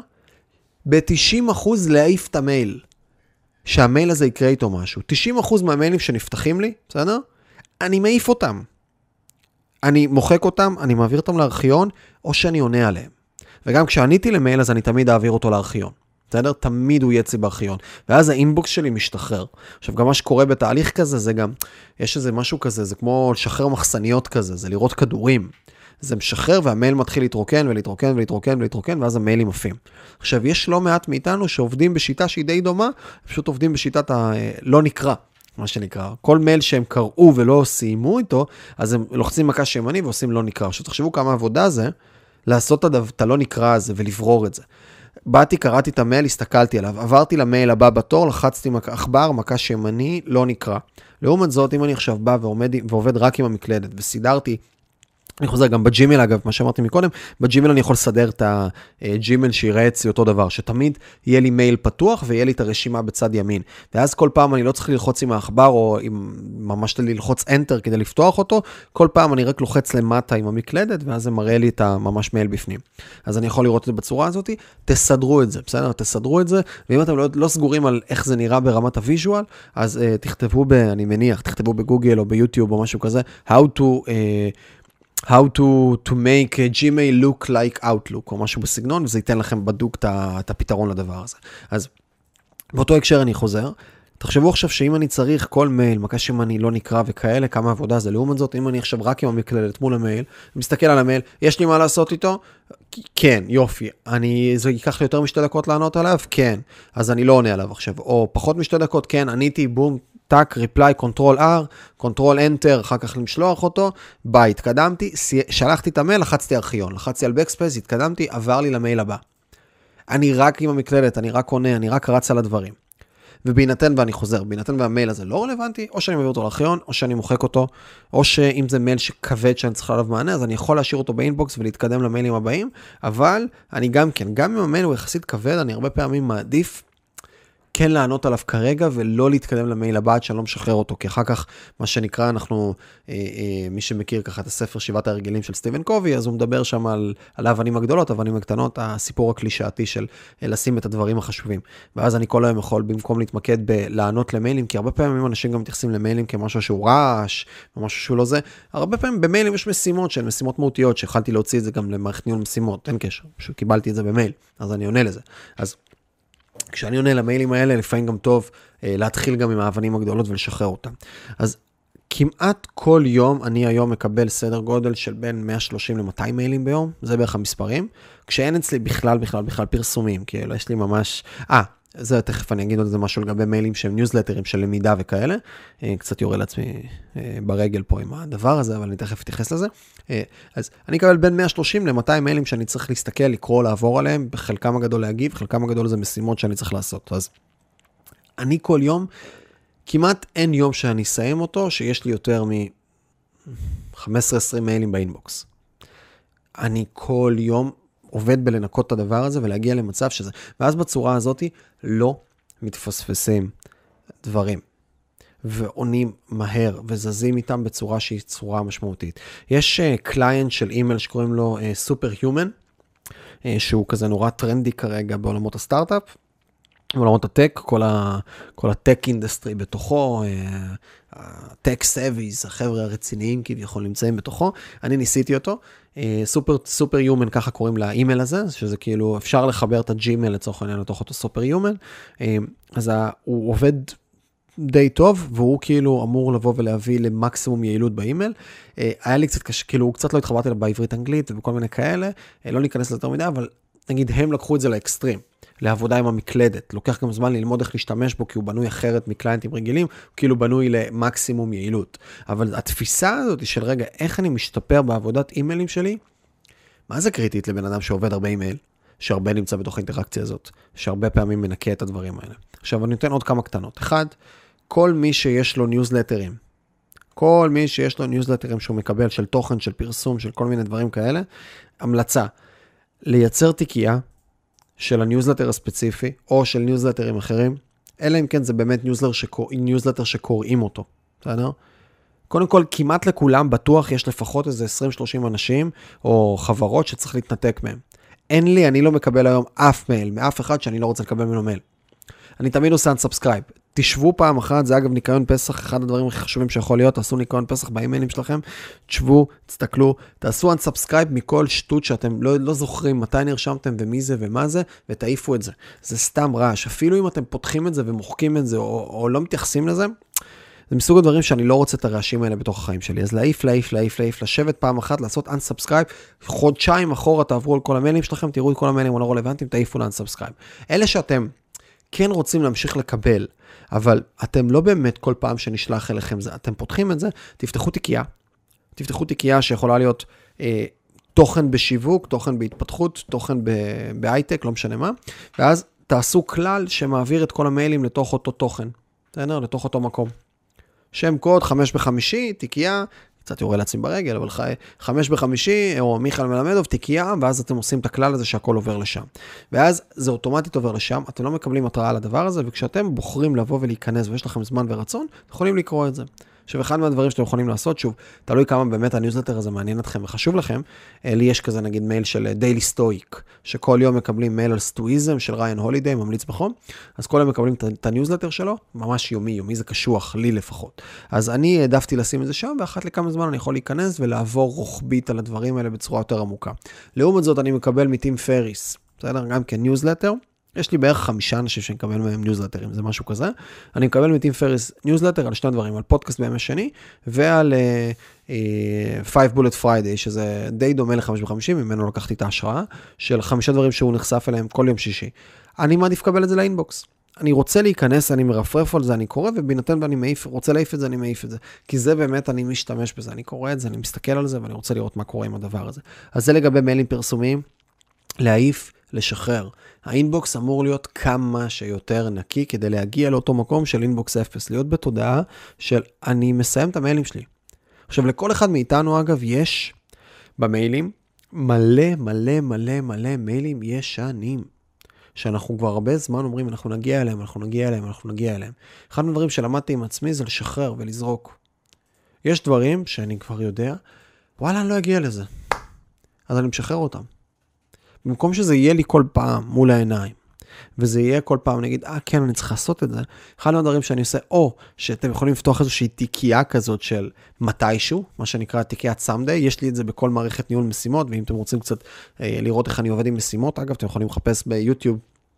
ב-90% להעיף את המייל, שהמייל הזה יקרה איתו משהו. 90% מהמיילים שנפתחים לי, בסדר? אני מעיף אותם. אני מוחק אותם, אני מעביר אותם לארכיון, או שאני עונה עליהם. וגם כשעניתי למייל, אז אני תמיד אעביר אותו לארכיון. בסדר? תמיד הוא יצא בארכיון. ואז האינבוקס שלי משתחרר. עכשיו, גם מה שקורה בתהליך כזה, זה גם, יש איזה משהו כזה, זה כמו לשחרר מחסניות כזה, זה לראות כדורים. זה משחרר והמייל מתחיל להתרוקן, ואז המיילים עפים. עכשיו, יש לא מעט מאיתנו שעובדים בשיטה שהיא די דומה, פשוט עובדים בשיטת לא נקרא, מה שנקרא. כל מייל שהם קראו ולא סיימו איתו, אז הם לוחצים מקש ימני ועושים לא נקרא. עכשיו, תחשבו כמה עבודה זה, לעשות את הלא נקרא הזה ולברור את זה. באתי, קראתי את המייל, הסתכלתי עליו, עברתי למייל הבא בתור, לחצתי עכבר, מקש ימני, לא נקרא. לעומת זאת, אם אני עכשיו בא ועובד רק עם המקלדת, וסידרתי, אני חוזר גם בג'ימל, אגב, מה שאמרתי מקודם, בג'ימל אני יכול לסדר את הג'ימל שיראה אצלי אותו דבר, שתמיד יהיה לי מייל פתוח ויהיה לי את הרשימה בצד ימין. ואז כל פעם אני לא צריך ללחוץ עם העכבר, או ממש ללחוץ Enter כדי לפתוח אותו, כל פעם אני רק לוחץ למטה עם המקלדת, ואז זה מראה לי את ממש מייל בפנים. אז אני יכול לראות את זה בצורה הזאת, תסדרו את זה, בסדר? תסדרו את זה, ואם אתם לא סגורים על איך זה נראה ברמת הוויז'ואל, אז תכתבו אני מניח, תכתבו בגוגל או ביוטיוב או משהו כזה, how to make Gmail look like Outlook, או משהו בסגנון, וזה ייתן לכם בדוק את הפתרון לדבר הזה. אז באותו הקשר אני חוזר, תחשבו עכשיו שאם אני צריך כל מייל, מקש ימני לא נקרא וכאלה, כמה עבודה זה. לעומת זאת, אם אני עכשיו רק עם המקלדת מול המייל, מסתכל על המייל, יש לי מה לעשות איתו? כן, יופי. זה ייקח לי יותר מ2 דקות לענות עליו? כן. אז אני לא עונה עליו עכשיו. או פחות מ2 דקות, כן, עניתי, בום, טק, ריפליי, קונטרול R, קונטרול Enter, אחר כך למשלוח אותו, ביי, התקדמתי, שלחתי את המייל, לחצתי ארכיון, לחצתי על Backspace, התקדמתי, עבר לי למייל הבא. אני רק עם המקלדת, אני רק עונה, אני רק רץ על הדברים. ובהינתן ואני חוזר, בהינתן והמייל הזה לא רלוונטי, או שאני מביא אותו לארכיון, או שאני מוחק אותו, או שאם זה מייל שכבד שאני צריך עליו מענה, אז אני יכול להשאיר אותו באינבוקס ולהתקדם למיילים הבאים, אבל אני גם כן, גם אם המייל הוא יחסית כבד, אני הרבה פעמים מעדיף כן לענות עליו כרגע, ולא להתקדם למייל הבא עד שאני לא משחרר אותו, כי אחר כך, מה שנקרא, מי שמכיר ככה את הספר 7 ההרגלים של סטיבן קובי, אז הוא מדבר שם על האבנים הגדולות, האבנים הקטנות, הסיפור הקלישאתי של לשים את הדברים החשובים. ואז אני כל היום יכול, במקום להתמקד בלענות למיילים, כי הרבה פעמים אנשים גם מתייחסים למיילים כמשהו שהוא רעש, ומשהו שהוא לא זה. הרבה פעמים במיילים יש משימות שהן משימות מהותיות, שהחלתי להוציא את זה גם למערכת ניהול משימות, אין קשר, פשוט קיבלתי את זה במייל, אז אני עונה לזה. אז כשאני עונה למיילים האלה, לפעמים גם טוב להתחיל גם עם האבנים הגדולות ולשחרר אותם. אז כמעט כל יום אני היום מקבל סדר גודל של בין 130 ל-200 מיילים ביום, זה בערך המספרים, כשאין אצלי בכלל פרסומים, כאילו יש לי ממש, זה תכף אני אגיד עוד איזה משהו לגבי מיילים שהם ניוזלטרים של למידה וכאלה, קצת יורה לעצמי ברגל פה עם הדבר הזה, אבל אני תכף אתייחס לזה. אז אני אקבל בין 130 ל-200 מיילים שאני צריך להסתכל, לקרוא, לעבור עליהם, בחלקם הגדול להגיב, חלקם הגדול זה משימות שאני צריך לעשות. אז אני כל יום, כמעט אין יום שאני אסיים אותו, שיש לי יותר מ-15-20 מיילים באינבוקס. אני כל יום עובד בלנקות את הדבר הזה ולהגיע למצב שזה. ואז בצורה הזאת לא מתפספסים דברים. ועונים מהר וזזים איתם בצורה שהיא צורה משמעותית. יש קליינט של אימייל שקוראים לו Superhuman, שהוא כזה נורא טרנדי כרגע בעולמות הסטארט-אפ. בעולמות הטק, כל הטק אינדסטרי בתוכו, הטק סאביז, החבר'ה הרציניים כביכול נמצאים בתוכו, אני ניסיתי אותו, סופר יומן, ככה קוראים לאימייל הזה, שזה כאילו אפשר לחבר את הג'ימייל לצורך העניין לתוך אותו סופר יומן, אז הוא עובד די טוב, והוא כאילו אמור לבוא ולהביא למקסימום יעילות באימייל, היה לי קצת קשה, כאילו קצת לא התחברתי בעברית אנגלית ובכל מיני כאלה, לא ניכנס ליותר מדי, אבל נגיד הם לקחו את זה לאקסטרים. לעבודה עם המקלדת. לוקח גם זמן ללמוד איך להשתמש בו, כי הוא בנוי אחרת מקליינטים רגילים, הוא כאילו בנוי למקסימום יעילות. אבל התפיסה הזאת של רגע, איך אני משתפר בעבודת אימיילים שלי, מה זה קריטית לבן אדם שעובד הרבה אימייל, שהרבה נמצא בתוך האינטראקציה הזאת, שהרבה פעמים מנקה את הדברים האלה. עכשיו, אני נותן עוד כמה קטנות. אחד, כל מי שיש לו ניוזלטרים, שהוא מקבל של תוכן, של פרסום, של כל מיני דברים כאלה, המלצה, לייצר תיקייה, של הניוזלטר הספציפי, או של ניוזלטרים אחרים, אלא אם כן זה באמת ניוזלטר שקוראים אותו, בסדר? קודם כל, כמעט לכולם בטוח יש לפחות איזה 20-30 אנשים, או חברות שצריך להתנתק מהם. אני לא מקבל היום אף מייל, מאף אחד שאני לא רוצה לקבל ממנו מייל. אני תמיד עושה unsubscribe. תשבו פעם אחת, זה אגב ניקיון פסח, אחד הדברים הכי חשובים שיכול להיות, תעשו ניקיון פסח באימיילים שלכם, תשבו, תסתכלו, תעשו unsubscribe מכל שטות שאתם לא זוכרים מתי נרשמתם ומי זה ומה זה, ותעיפו את זה. זה סתם רעש. אפילו אם אתם פותחים את זה ומוחקים את זה, או לא מתייחסים לזה, זה מסוג הדברים שאני לא רוצה את הרעשים האלה בתוך החיים שלי. אז להעיף, לשבת פעם אחת, לעשות unsubscribe, חודשיים אחורה תעברו על כל המיילים שלכם, תראו את כל המיילים הלא רלוונטיים, תעיפו ל-unsubscribe. אלה שאתם כן רוצים להמשיך לקבל, אבל אתם לא באמת כל פעם שנשלח אליכם זה, אתם פותחים את זה, תפתחו תיקייה שיכולה להיות תוכן בשיווק, תוכן בהתפתחות, תוכן בהייטק, לא משנה מה, ואז תעשו כלל שמעביר את כל המיילים לתוך אותו תוכן, בסדר? לתוך אותו מקום. שם קוד 5/5, תיקייה, קצת יורה לעצמי ברגל, אבל 5/5, או מיכל מלמדוב, תיקייה, ואז אתם עושים את הכלל הזה שהכל עובר לשם. ואז זה אוטומטית עובר לשם, אתם לא מקבלים התראה על הדבר הזה, וכשאתם בוחרים לבוא ולהיכנס, ויש לכם זמן ורצון, אתם יכולים לקרוא את זה. עכשיו, אחד מהדברים שאתם יכולים לעשות, שוב, תלוי כמה באמת הניוזלטר הזה מעניין אתכם וחשוב לכם, לי יש כזה נגיד מייל של דיילי סטואיק, שכל יום מקבלים מייל על סטואיזם של ריין הולידיי, ממליץ בחום, אז כל יום מקבלים את הניוזלטר שלו, ממש יומי זה קשוח, לי לפחות. אז אני העדפתי לשים את זה שם, ואחת לכמה זמן אני יכול להיכנס ולעבור רוחבית על הדברים האלה בצורה יותר עמוקה. לעומת זאת, אני מקבל מטים פריס, בסדר? גם כניוזלטר, יש לי בערך 5 אנשים שאני מקבל מהם ניוזלטרים, זה משהו כזה. אני מקבל מטים פריס ניוזלטר על 2 דברים, על פודקאסט בימי שני, ועל 5 Bullet Friday, שזה די דומה ל-5/50, ממנו לקחתי את ההשראה, של 5 דברים שהוא נחשף אליהם כל יום שישי. אני מעדיף לקבל את זה לאינבוקס. אני רוצה להיכנס, אני מרפרף על זה, אני קורא, ובינתן ואני רוצה להעיף את זה, אני מעיף את זה. כי זה באמת, אני משתמש בזה, אני קורא את זה, אני מסתכל על זה, ואני רוצה לראות מה קורה עם הדבר הזה. אז זה לגבי מיילים פרסומיים, להעיף, לשחרר. האינבוקס אמור להיות כמה שיותר נקי, כדי להגיע לאותו מקום של אינבוקס 0, להיות בתודעה של אני מסיים את המיילים שלי. עכשיו, לכל אחד מאיתנו, אגב, יש במיילים מלא מיילים ישנים, שאנחנו כבר הרבה זמן אומרים, אנחנו נגיע אליהם. אחד מהדברים שלמדתי עם עצמי זה לשחרר ולזרוק. יש דברים שאני כבר יודע, וואלה, אני לא אגיע לזה. אז אני משחרר אותם. במקום שזה יהיה לי כל פעם מול העיניים, וזה יהיה כל פעם, נגיד, כן, אני צריך לעשות את זה. אחד מהדברים שאני עושה, או שאתם יכולים לפתוח איזושהי תיקייה כזאת של מתישהו, מה שנקרא תיקיית סאמדיי, יש לי את זה בכל מערכת ניהול משימות, ואם אתם רוצים קצת לראות איך אני עובד עם משימות, אגב, אתם יכולים לחפש ביוטיוב,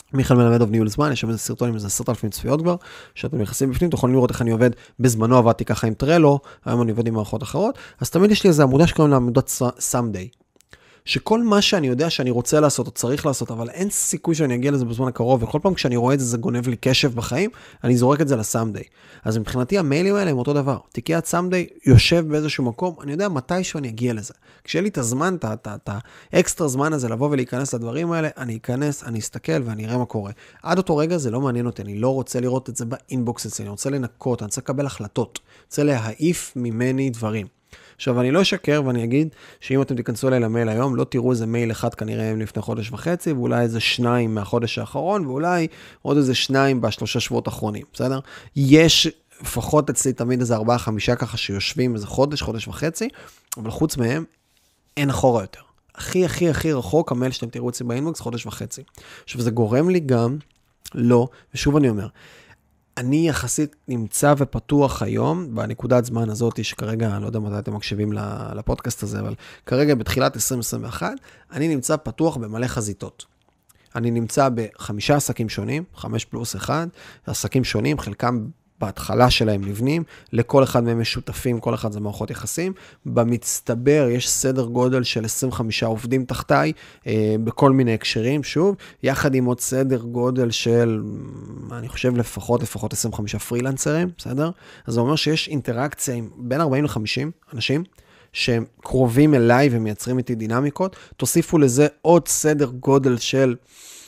מיכאל מלמדוב ניהול זמן, יש שם איזה סרטון עם איזה 10,000 צפיות כבר, שאתם נכנסים בפנים, אתם יכולים לראות איך אני עובד, בזמנו עבדתי ככה עם טרלו, היום אני עובד עם מערכות אחרות, אז תמיד יש לי איזה עמודה שקוראים לה עמודת סאמדיי, שכל מה שאני יודע שאני רוצה לעשות או צריך לעשות, אבל אין סיכוי שאני אגיע לזה בזמן הקרוב, וכל פעם כשאני רואה את זה, זה גונב לי קשב בחיים, אני זורק את זה לסאמדיי. אז מבחינתי המיילים האלה הם אותו דבר. תיקיית סאמדיי יושב באיזשהו מקום, אני יודע מתישהו אני אגיע לזה. כשיהיה לי את הזמן, את האקסטרה זמן הזה לבוא ולהיכנס לדברים האלה, אני אכנס, אני אסתכל ואני אראה מה קורה. עד אותו רגע זה לא מעניין אותי, אני לא רוצה לראות את זה באינבוקס אצלי, אני רוצה לנקות, אני רוצה לקבל החלטות, אני רוצה להעיף ממני דברים. עכשיו, אני לא אשקר ואני אגיד שאם אתם תיכנסו אליי למייל היום, לא תראו איזה מייל אחד כנראה לפני חודש וחצי, ואולי איזה 2 מהחודש האחרון, ואולי עוד איזה 2 בשלושה שבועות האחרונים, בסדר? יש לפחות אצלי תמיד איזה 4-5 ככה שיושבים איזה חודש, חודש וחצי, אבל חוץ מהם אין אחורה יותר. הכי הכי הכי רחוק המייל שאתם תראו אצלי באינבוקס, חודש וחצי. עכשיו, זה גורם לי גם, לא, ושוב אני אומר, אני יחסית נמצא ופתוח היום, בנקודת זמן הזאת, שכרגע, לא יודע מתי אתם מקשיבים לפודקאסט הזה, אבל כרגע בתחילת 2021, אני נמצא פתוח במלא חזיתות. אני נמצא ב5 עסקים שונים, 5+1, עסקים שונים, חלקם בהתחלה שלהם נבנים, לכל אחד מהם יש שותפים, כל אחד זה מערכות יחסים. במצטבר יש סדר גודל של 25 עובדים תחתיי, בכל מיני הקשרים, שוב, יחד עם עוד סדר גודל של, אני חושב לפחות 25 פרילנסרים, בסדר? אז זה אומר שיש אינטראקציה עם בין 40 ל-50 אנשים, שהם קרובים אליי ומייצרים איתי דינמיקות, תוסיפו לזה עוד סדר גודל של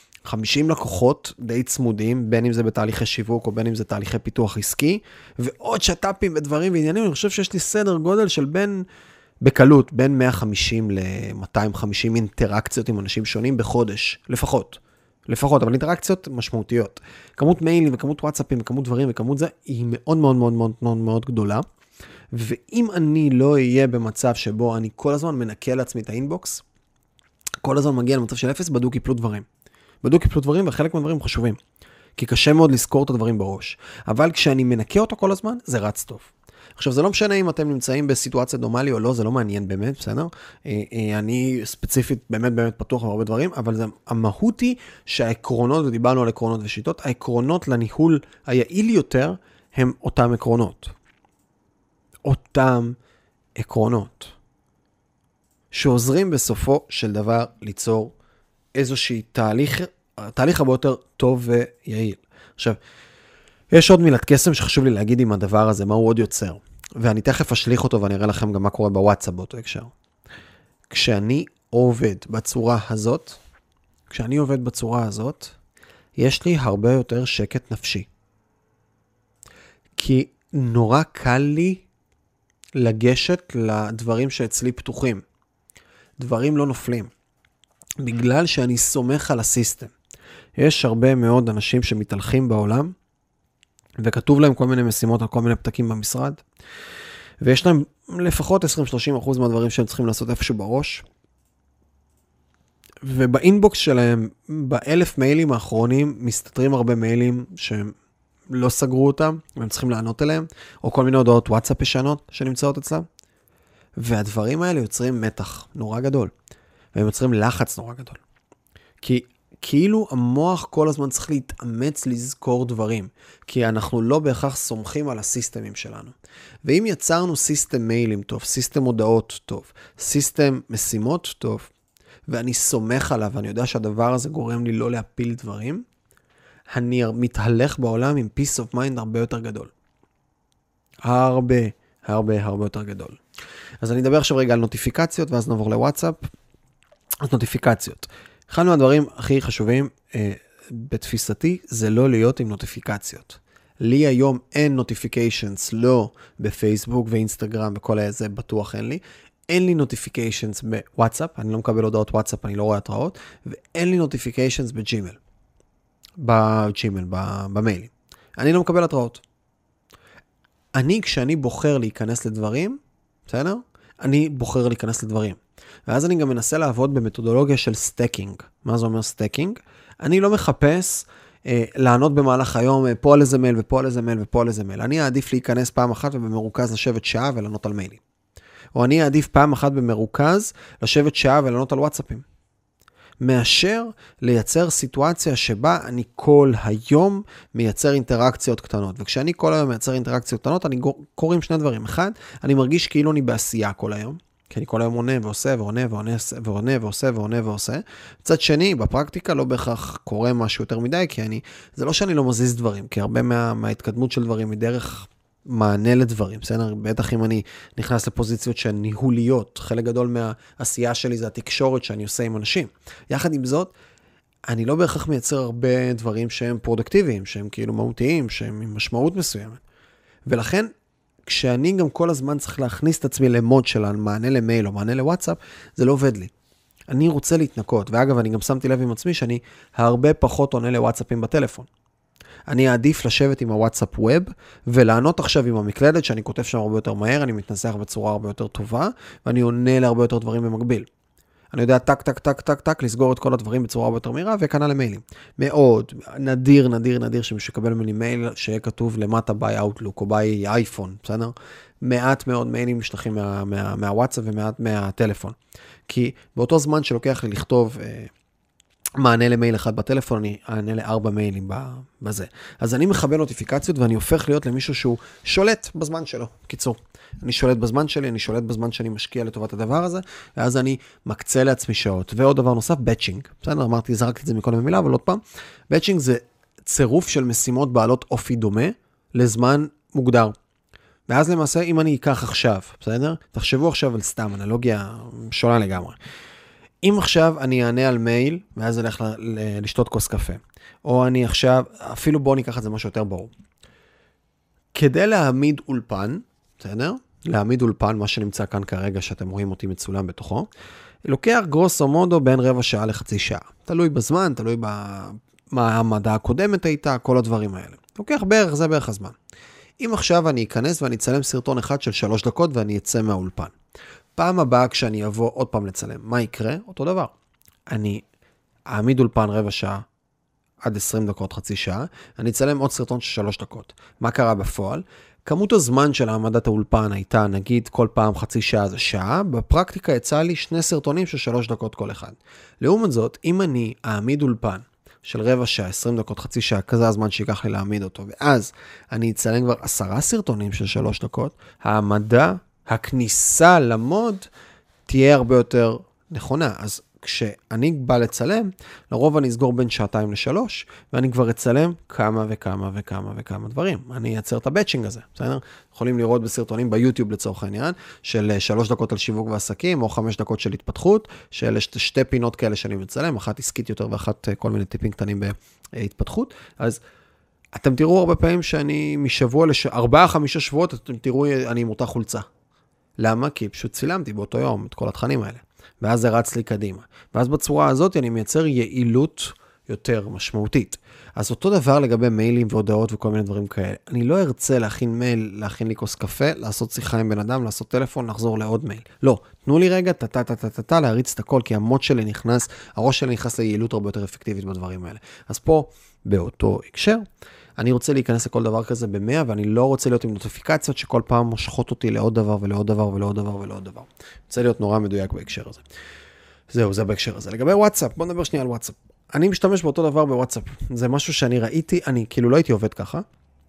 50 לקוחות די צמודים, בין אם זה בתהליכי שיווק או בין אם זה תהליכי פיתוח עסקי, ועוד שטאפים ודברים ועניינים, אני חושב שיש לי סדר גודל של בקלות, בין 150 ל-250 אינטראקציות עם אנשים שונים בחודש, לפחות, אבל אינטראקציות משמעותיות. כמות מיילים וכמות וואטסאפים וכמות דברים וכמות זה, היא מאוד מאוד מאוד מאוד מאוד מאוד גדולה, ואם אני לא אהיה במצב שבו אני כל הזמן מנקה לעצמי את האינבוקס, כל הזמן מגיע למצב של 0, בדוק יפלו דברים, וחלק מהדברים חשובים. כי קשה מאוד לזכור את הדברים בראש. אבל כשאני מנקה אותו כל הזמן, זה רץ טוב. עכשיו, זה לא משנה אם אתם נמצאים בסיטואציה דומה לי או לא, זה לא מעניין באמת, בסדר? אני ספציפית באמת פתוח בהרבה דברים, אבל המהות היא שהעקרונות, ודיברנו על עקרונות ושיטות, העקרונות לניהול היעיל יותר, הם אותם עקרונות. אותם עקרונות. שעוזרים בסופו של דבר ליצור איזושהי תהליך הרבה יותר טוב ויעיל. עכשיו, יש עוד מילת קסם שחשוב לי להגיד עם הדבר הזה, מה הוא עוד יוצר. ואני תכף אשליך אותו ואני אראה לכם גם מה קורה בוואטסאפ באותו הקשר. כשאני עובד בצורה הזאת, יש לי הרבה יותר שקט נפשי. כי נורא קל לי לגשת לדברים שאצלי פתוחים. דברים לא נופלים. בגלל שאני סומך על הסיסטם. יש הרבה מאוד אנשים שמתהלכים בעולם, וכתוב להם כל מיני משימות על כל מיני פתקים במשרד, ויש להם לפחות 20-30% מהדברים שהם צריכים לעשות איפשהו בראש, ובאינבוקס שלהם, ב1000 מיילים האחרונים, מסתתרים הרבה מיילים שהם לא סגרו אותם, והם צריכים לענות אליהם, או כל מיני הודעות וואטסאפ ישנות שנמצאות אצלם, והדברים האלה יוצרים מתח נורא גדול. והם יוצרים לחץ נורא גדול. כי כאילו המוח כל הזמן צריך להתאמץ לזכור דברים, כי אנחנו לא בהכרח סומכים על הסיסטמים שלנו. ואם יצרנו סיסטם מיילים טוב, סיסטם הודעות טוב, סיסטם משימות טוב, ואני סומך עליו, ואני יודע שהדבר הזה גורם לי לא להפיל דברים, אני מתהלך בעולם עם peace of mind הרבה יותר גדול. הרבה יותר גדול. אז אני אדבר עכשיו רגע על נוטיפיקציות, ואז נעבור לוואטסאפ. אז נוטיפיקציות. אחד מהדברים הכי חשובים בתפיסתי, זה לא להיות עם נוטיפיקציות. לי היום אין נוטיפיקיישנס, לא בפייסבוק ואינסטגרם וכל הזה בטוח אין לי. אין לי נוטיפיקיישנס בוואטסאפ, אני לא מקבל הודעות וואטסאפ, אני לא רואה התראות, ואין לי נוטיפיקיישנס בג'ימל. במיילים. אני לא מקבל התראות. כשאני בוחר להיכנס לדברים, בסדר? אני בוחר להיכנס לדברים. ואז אני גם מנסה לעבוד במתודולוגיה של סטקינג. מה זה אומר סטקינג? אני לא מחפש לענות במהלך היום פה על איזה מייל ופה על איזה מייל ופה על איזה מייל. אני אעדיף להיכנס פעם אחת ובמרוכז לשבת שעה ולענות על מיילים. או אני אעדיף פעם אחת במרוכז לשבת שעה ולענות על וואטסאפים. מאשר לייצר סיטואציה שבה אני כל היום מייצר אינטראקציות קטנות. וכשאני כל היום מייצר אינטראקציות קטנות, אני קוראים שני דברים. אחד, אני מרגיש כאילו אני בעשייה כל היום, כי אני כל היום עונה ועושה ועונה ועונה ועונה ועושה ועונה ועושה. מצד שני, בפרקטיקה לא בהכרח קורה משהו יותר מדי, כי זה לא שאני לא מזיז דברים, כי הרבה מההתקדמות של דברים היא דרך מענה לדברים, בסדר? בטח אם אני נכנס לפוזיציות שהן ניהוליות, חלק גדול מהעשייה שלי זה התקשורת שאני עושה עם אנשים. יחד עם זאת, אני לא בהכרח מייצר הרבה דברים שהם פרודקטיביים, שהם כאילו מהותיים, שהם עם משמעות מסוימת. ולכן, כשאני גם כל הזמן צריך להכניס את עצמי למוד של מענה למייל או מענה לוואטסאפ, זה לא עובד לי. אני רוצה להתנקות, ואגב, אני גם שמתי לב עם עצמי שאני הרבה פחות עונה לוואטסאפים בטלפון. אני אעדיף לשבת עם הוואטסאפ ווב, ולענות עכשיו עם המקלדת, שאני כותב שם הרבה יותר מהר, אני מתנסח בצורה הרבה יותר טובה, ואני עונה להרבה יותר דברים במקביל. אני יודע טק, טק, טק, טק, טק, לסגור את כל הדברים בצורה הרבה יותר מהירה, וכנ"ל למיילים. מאוד, נדיר, נדיר, נדיר, שמשקבל ממני מייל שיהיה כתוב למטה by Outlook, או by iPhone, בסדר? מעט מאוד מיילים משלחים מהוואטסאפ ומעט מהטלפון. כי באותו זמן שלוקח לי לכתוב מענה למייל אחד בטלפון, אני אענה ל4 מיילים בזה. אז אני מכבה נוטיפיקציות, ואני הופך להיות למישהו שהוא שולט בזמן שלו. קיצור, אני שולט בזמן שלי, אני שולט בזמן שאני משקיע לטובת הדבר הזה, ואז אני מקצה לעצמי שעות. ועוד דבר נוסף, בטצ'ינג. בסדר, אמרתי, זרקתי את זה מכל במילה, אבל עוד פעם, בטצ'ינג זה צירוף של משימות בעלות אופי דומה לזמן מוגדר. ואז למעשה, אם אני אקח עכשיו, בסדר? תחשבו עכשיו על סתם, אנלוגיה שונה לגמרי. אם עכשיו אני אענה על מייל, ואז אלך לשתות כוס קפה, או אני עכשיו, אפילו בואו ניקח את זה משהו יותר ברור. כדי להעמיד אולפן, בסדר? להעמיד אולפן, מה שנמצא כאן כרגע, שאתם רואים אותי מצולם בתוכו, לוקח גרוסו מודו בין רבע שעה לחצי שעה. תלוי בזמן, תלוי במה המדע הקודמת הייתה, כל הדברים האלה. לוקח בערך, זה בערך הזמן. אם עכשיו אני אכנס ואני אצלם סרטון אחד של 3 דקות, ואני אצא מהאולפן. פעם הבאה כשאני אבוא עוד פעם לצלם, מה יקרה? אותו דבר. אני אעמיד אולפן רבע שעה, עד 20 דקות, חצי שעה, אני אצלם עוד סרטון של 3 דקות. מה קרה בפועל? כמות הזמן של העמדת האולפן הייתה, נגיד, כל פעם חצי שעה זה שעה, בפרקטיקה יצא לי 2 סרטונים של 3 דקות כל אחד. לעומת זאת, אם אני אעמיד אולפן של רבע שעה, 20 דקות, חצי שעה, כזה הזמן שיקח לי להעמיד אותו, ואז אני אצלם כבר 10 סרטונים של 3 דקות, העמדה, הכניסה למוד תהיה הרבה יותר נכונה. אז כשאני בא לצלם, לרוב אני אסגור בין 2 ל-3, ואני כבר אצלם כמה וכמה וכמה וכמה דברים. אני אייצר את הבטצ'ינג הזה, בסדר? יכולים לראות בסרטונים ביוטיוב לצורך העניין, של 3 דקות על שיווק ועסקים, או 5 דקות של התפתחות, של 2 פינות כאלה שאני מצלם, אחת עסקית יותר ואחת כל מיני טיפים קטנים בהתפתחות. אז אתם תראו הרבה פעמים שאני משבוע 4-5 שבועות, אתם תראו אני עם אותה חולצה. למה? כי פשוט צילמתי באותו יום את כל התכנים האלה. ואז זה רץ לי קדימה. ואז בצורה הזאת אני מייצר יעילות יותר משמעותית. אז אותו דבר לגבי מיילים והודעות וכל מיני דברים כאלה. אני לא ארצה להכין מייל, להכין לי כוס קפה, לעשות שיחה עם בן אדם, לעשות טלפון, לחזור לעוד מייל. לא, תנו לי רגע, להריץ את הכל, כי המוד שלי נכנס, הראש שלי נכנס ליעילות הרבה יותר אפקטיבית בדברים האלה. אז פה, באותו הקשר, אני רוצה להיכנס לכל דבר כזה ב100, ואני לא רוצה להיות עם נוטיפיקציות שכל פעם מושכות אותי לעוד דבר ולעוד דבר ולעוד דבר ולעוד דבר. רוצה להיות נורא מדויק בהקשר הזה. זהו, זה בהקשר הזה. לגבי וואטסאפ, בוא נדבר שנייה על וואטסאפ. אני משתמש באותו דבר בוואטסאפ. זה משהו שאני ראיתי, אני כאילו לא הייתי עובד ככה,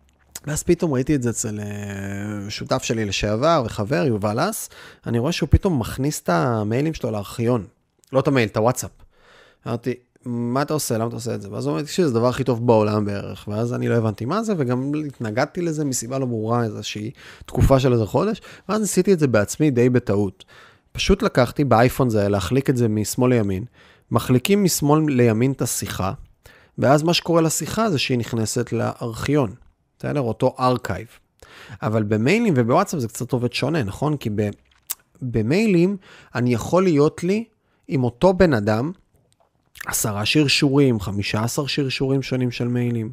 ואז פתאום ראיתי את זה אצל שותף שלי לשעבר וחבר, יובל אס, אני רואה שהוא פתאום מכניס את המיילים שלו לארכיון. לא את המייל, את הוואטסאפ. אמרתי, מה אתה עושה? למה אתה עושה את זה? ואז הוא אומר שזה הדבר הכי טוב בעולם בערך, ואז אני לא הבנתי מה זה, וגם התנגדתי לזה מסיבה לא ברורה, איזושהי תקופה של איזה חודש, ואז ניסיתי את זה בעצמי די בטעות. פשוט לקחתי באייפון זה, להחליק את זה משמאל לימין, מחליקים משמאל לימין את השיחה, ואז מה שקורה לשיחה זה שהיא נכנסת לארכיון, בסדר? אותו ארכייב. אבל במיילים ובוואטסאפ זה קצת עובד שונה, נכון? כי במיילים אני יכול להיות לי עם אותו בן אדם, 10 שרשורים, 15 שרשורים שונים של מיילים.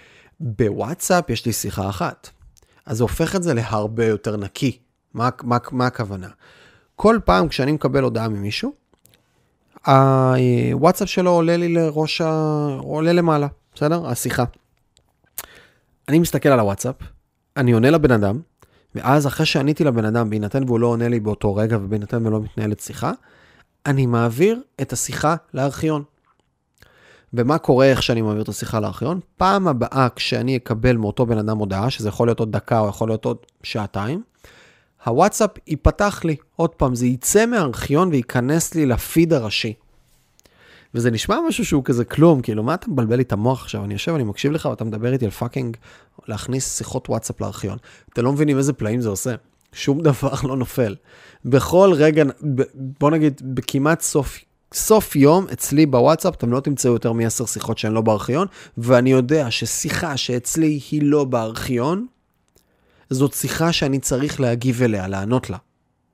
בוואטסאפ יש לי שיחה אחת. אז זה הופך את זה להרבה יותר נקי. מה הכוונה? כל פעם כשאני מקבל הודעה ממישהו, הוואטסאפ שלו עולה לי עולה למעלה, בסדר? השיחה. אני מסתכל על הוואטסאפ, אני עונה לבן אדם, ואז אחרי שעניתי לבן אדם, בהינתן והוא לא עונה לי באותו רגע, ובהינתן ולא מתנהלת שיחה, אני מעביר את השיחה לארכיון. ומה קורה איך שאני מעביר את השיחה לארכיון? פעם הבאה כשאני אקבל מאותו בן אדם הודעה, שזה יכול להיות עוד דקה או יכול להיות עוד שעתיים, הוואטסאפ ייפתח לי. עוד פעם, זה יצא מהארכיון וייכנס לי לפיד הראשי. וזה נשמע משהו שהוא כזה כלום, כאילו, מה אתה מבלבל לי את המוח עכשיו? אני יושב, אני מקשיב לך ואתה מדבר איתי על פאקינג להכניס שיחות וואטסאפ לארכיון. אתם לא מבינים איזה פלאים זה עושה. שום דבר לא נופל. בכל רגע, בוא נגיד, בכמעט סוף יום, אצלי בוואטסאפ, אתם לא תמצאו יותר מ10 שיחות שהן לא בארכיון, ואני יודע ששיחה שאצלי היא לא בארכיון, זאת שיחה שאני צריך להגיב אליה, לענות לה.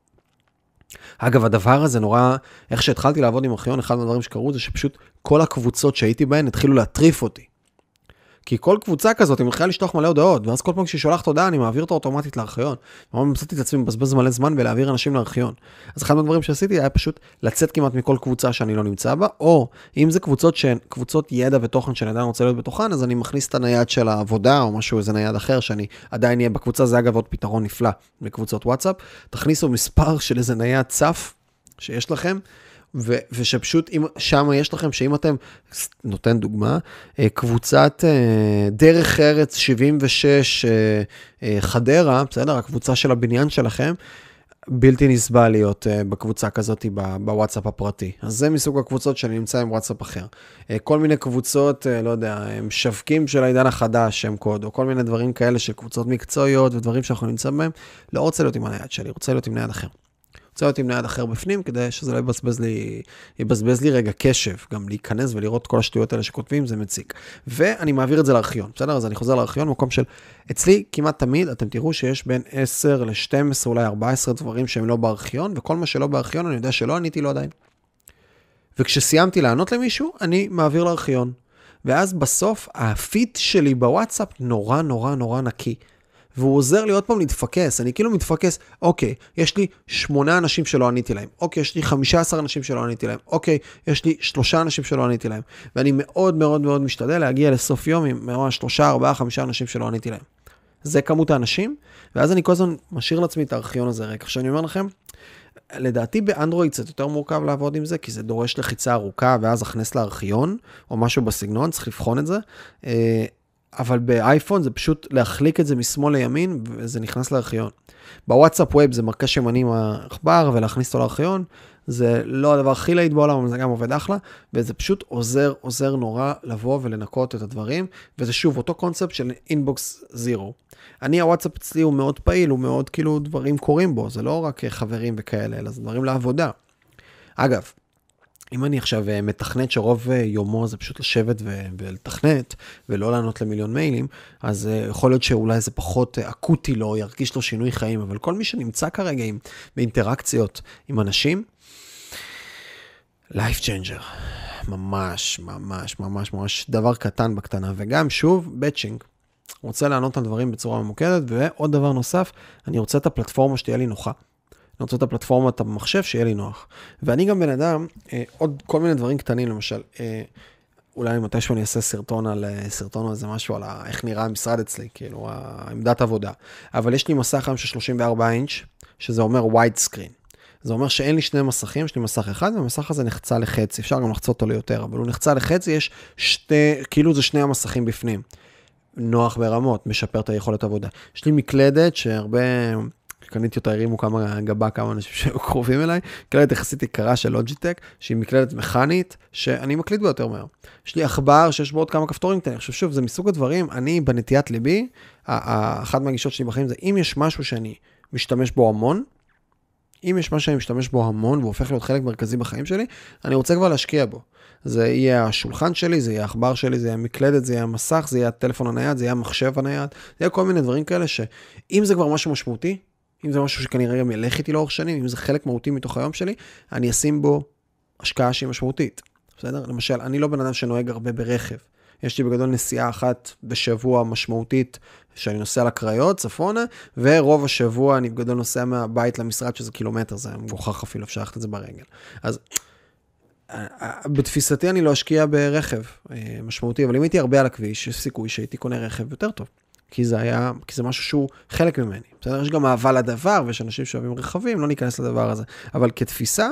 אגב, הדבר הזה נורא, איך שהתחלתי לעבוד עם ארכיון, אחד מהדברים שקרו זה שפשוט כל הקבוצות שהייתי בהן התחילו להטריף אותי. כי כל קבוצה כזאת, היא מתחילה לשלוח מלא הודעות, ואז כל פעם כשהיא שולחת הודעה, אני מעביר אותה אוטומטית לארכיון. ממש מצאתי את עצמי מבזבז מלא זמן ולהעביר אנשים לארכיון. אז אחד מהדברים שעשיתי היה פשוט לצאת כמעט מכל קבוצה שאני לא נמצא בה, או אם זה קבוצות שהן קבוצות ידע ותוכן שאני עדיין רוצה להיות בתוכן, אז אני מכניס את הנייד של העבודה, או משהו, איזה נייד אחר, שאני עדיין אהיה בקבוצה. זה אגב עוד פתרון נפלא בקבוצות וואטסאפ. תכניסו מספר של איזה נייד צף שיש לכם, ושפשוט שם יש לכם, שאם אתם, נותן דוגמה, קבוצת דרך ארץ 76 חדרה, בסדר, הקבוצה של הבניין שלכם, בלתי נסבל להיות בקבוצה כזאת בוואטסאפ הפרטי. אז זה מסוג הקבוצות שאני נמצא עם וואטסאפ אחר. כל מיני קבוצות, לא יודע, הם שווקים של העידן החדש, שם קוד, או כל מיני דברים כאלה של קבוצות מקצועיות ודברים שאנחנו נמצא בהם, לא רוצה להיות עם הנייד שלי, רוצה להיות עם נייד אחר. רוצה להיות עם נייד אחר בפנים, כדי שזה לא יבזבז לי רגע קשב, גם להיכנס ולראות כל השטויות האלה שכותבים, זה מציק. ואני מעביר את זה לארכיון, בסדר? אז אני חוזר לארכיון, מקום של, אצלי כמעט תמיד, אתם תראו שיש בין 10 ל-12, אולי 14 דברים שהם לא בארכיון, וכל מה שלא בארכיון, אני יודע שלא עניתי לו עדיין. וכשסיימתי לענות למישהו, אני מעביר לארכיון. ואז בסוף, הפיד שלי בוואטסאפ נורא נורא נורא נקי. והוא עוזר לי עוד פעם להתפקס, אני כאילו מתפקס, אוקיי, יש לי 8 אנשים שלא עניתי להם, אוקיי, יש לי 15 אנשים שלא עניתי להם, אוקיי, יש לי 3 אנשים שלא עניתי להם, ואני מאוד מאוד מאוד משתדל להגיע לסוף יום עם ממש 3, 4, 5 אנשים שלא עניתי להם. זה כמות האנשים, ואז אני כל הזמן משאיר לעצמי את הארכיון הזה ריק. עכשיו אני אומר לכם, לדעתי באנדרואיד קצת יותר מורכב לעבוד עם זה, כי זה דורש לחיצה ארוכה, ואז אכנס לארכיון, או משהו בסגנון, צריך לבחון את זה. אבל באייפון זה פשוט להחליק את זה משמאל לימין, וזה נכנס לארכיון. בוואטסאפ ווב זה מרכז ימני עם העכבר, ולהכניס אותו לארכיון, זה לא הדבר הכי להיט בעולם, אבל זה גם עובד אחלה, וזה פשוט עוזר נורא לבוא ולנקות את הדברים, וזה שוב אותו קונספט של אינבוקס זירו. הוואטסאפ אצלי הוא מאוד פעיל, הוא מאוד כאילו דברים קורים בו, זה לא רק חברים וכאלה, אלא זה דברים לעבודה. אגב, אם אני עכשיו מתכנת שרוב יומו זה פשוט לשבת ולתכנת, ולא לענות למיליון מיילים, אז יכול להיות שאולי זה פחות אקוטי לו, ירגיש לו שינוי חיים, אבל כל מי שנמצא כרגע באינטראקציות עם אנשים, life changer. ממש, ממש, ממש, ממש דבר קטן בקטנה, וגם שוב, בטשינג. רוצה לענות על דברים בצורה ממוקדת, ועוד דבר נוסף, אני רוצה את הפלטפורמה שתהיה לי נוחה. אני רוצה את הפלטפורמת המחשב שיהיה לי נוח. ואני גם בן אדם, עוד כל מיני דברים קטנים, למשל, אולי מתישהו אני אעשה סרטון על איזה משהו, על איך נראה המשרד אצלי, כאילו, העמדת עבודה. אבל יש לי מסך היום של 34 אינץ', שזה אומר wide screen. זה אומר שאין לי 2 מסכים, יש לי מסך אחד, והמסך הזה נחצה לחצי. אפשר גם לחצות אותו ליותר, אבל הוא נחצה לחצי, יש כאילו זה 2 המסכים בפנים. נוח ברמות, משפר את היכולת עבודה. יש לי מקלדת שהרבה, קניתי אותה, הרימו כמה אנשים שהיו קרובים אליי, מקלדת יחסית יקרה של לוג'יטק, שהיא מקלדת מכנית, שאני מקליט ביותר מהר. יש לי עכבר שיש בו עוד כמה כפתורים קטנים. עכשיו שוב, זה מסוג הדברים, אני בנטיית ליבי, אחת מהגישות שלי בחיים זה, אם יש משהו שאני משתמש בו המון, והוא הופך להיות חלק מרכזי בחיים שלי, אני רוצה כבר להשקיע בו. זה יהיה השולחן שלי, זה יהיה העכבר שלי, זה יהיה המקלדת, זה יהיה המסך, זה יהיה הטלפון הנייד, זה יהיה המחשב הנייד, זה יהיה כל מיני דברים כאלה שאם זה כבר משהו משמעותי, אם זה משהו שכנראה גם ילך איתי לאורך שנים, אם זה חלק מהותי מתוך היום שלי, אני אשים בו השקעה שהיא משמעותית. בסדר? למשל, אני לא בן אדם שנוהג הרבה ברכב. יש לי בגדול נסיעה אחת בשבוע משמעותית, שאני נוסע לקריות, צפונה, ורוב השבוע אני בגדול נוסע מהבית למשרד, שזה קילומטר, זה מוכח אפילו, אפשר ללכת את זה ברגל. אז בתפיסתי אני לא אשקיע ברכב משמעותי, אבל אם הייתי הרבה על הכביש, יש סיכוי שהייתי קונה רכב יותר טוב. כי זה משהו שהוא חלק ממני. בסדר? יש גם אהבה לדבר, ויש אנשים שאוהבים רכבים, לא ניכנס לדבר הזה. אבל כתפיסה,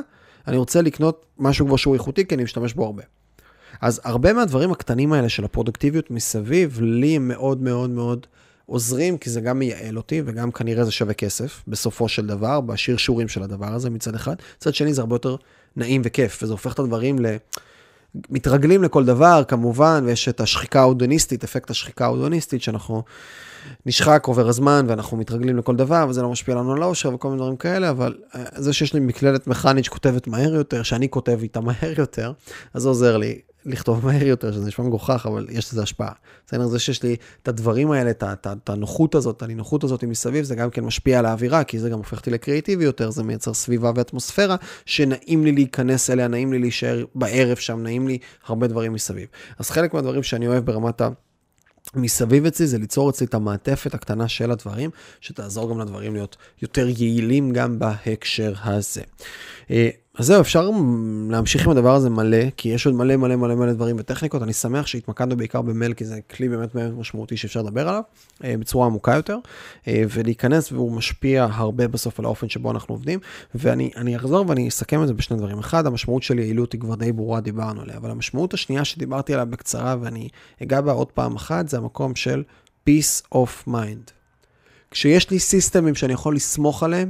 אני רוצה לקנות משהו כבר שהוא איכותי, כי אני משתמש בו הרבה. אז הרבה מהדברים הקטנים האלה של הפרודוקטיביות מסביב, לי הם מאוד מאוד מאוד עוזרים, כי זה גם מייעל אותי, וגם כנראה זה שווה כסף, בסופו של דבר, בשרשורים של הדבר הזה מצד אחד. מצד שני זה הרבה יותר נעים וכיף, וזה הופך את הדברים מתרגלים לכל דבר, כמובן, ויש את השחיקה ההודוניסטית, אפקט השחיקה ההודוניסטית, שאנחנו נשחק עובר הזמן, ואנחנו מתרגלים לכל דבר, וזה לא משפיע לנו על האושר, וכל מיני דברים כאלה, אבל זה שיש לי מקלדת מכנית שכותבת מהר יותר, שאני כותב איתה מהר יותר, אז זה עוזר לי לכתוב מהר יותר, שזה נשמע מגוחך, אבל יש לזה השפעה. זה שיש לי את הדברים האלה, את הנוחות הזאת, הנינוחות הזאת מסביב, זה גם כן משפיע על האווירה, כי זה גם הופך אותי לקריאטיבי יותר, זה מייצר סביבה ואטמוספירה, שנעים לי להיכנס אליה, נעים לי להישאר בערב שם, נעים לי הרבה דברים מסביב. אז חלק מהדברים שאני אוהב ברמת מסביב אצלי, זה ליצור אצלי את המעטפת הקטנה של הדברים, שתעזור גם לדברים להיות יותר יעילים גם בהקשר הזה. אז זהו, אפשר להמשיך עם הדבר הזה מלא, כי יש עוד מלא דברים וטכניקות. אני שמח שהתמקדנו בעיקר במייל, כי זה כלי באמת משמעותי שאפשר לדבר עליו, בצורה עמוקה יותר, ולהיכנס, והוא משפיע הרבה בסוף על האופן שבו אנחנו עובדים, ואני אחזור ואני אסכם את זה בשני דברים. אחד, המשמעות של יעילות היא כבר די ברורה, דיברנו עליה, אבל המשמעות השנייה שדיברתי עליה בקצרה, ואני אגע בה עוד פעם אחת, זה המקום של peace of mind. כשיש לי סיסטמים שאני יכול לסמוך עליהם,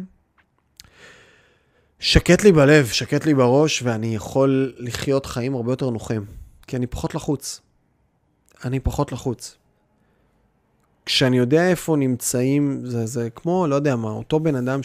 שקט לי בלב, שקט לי בראש, ואני יכול לחיות חיים הרבה יותר נוחים, כי אני פחות לחוץ. כשאני יודע איפה נמצאים, זה כמו, לא יודע מה, אותו בן אדם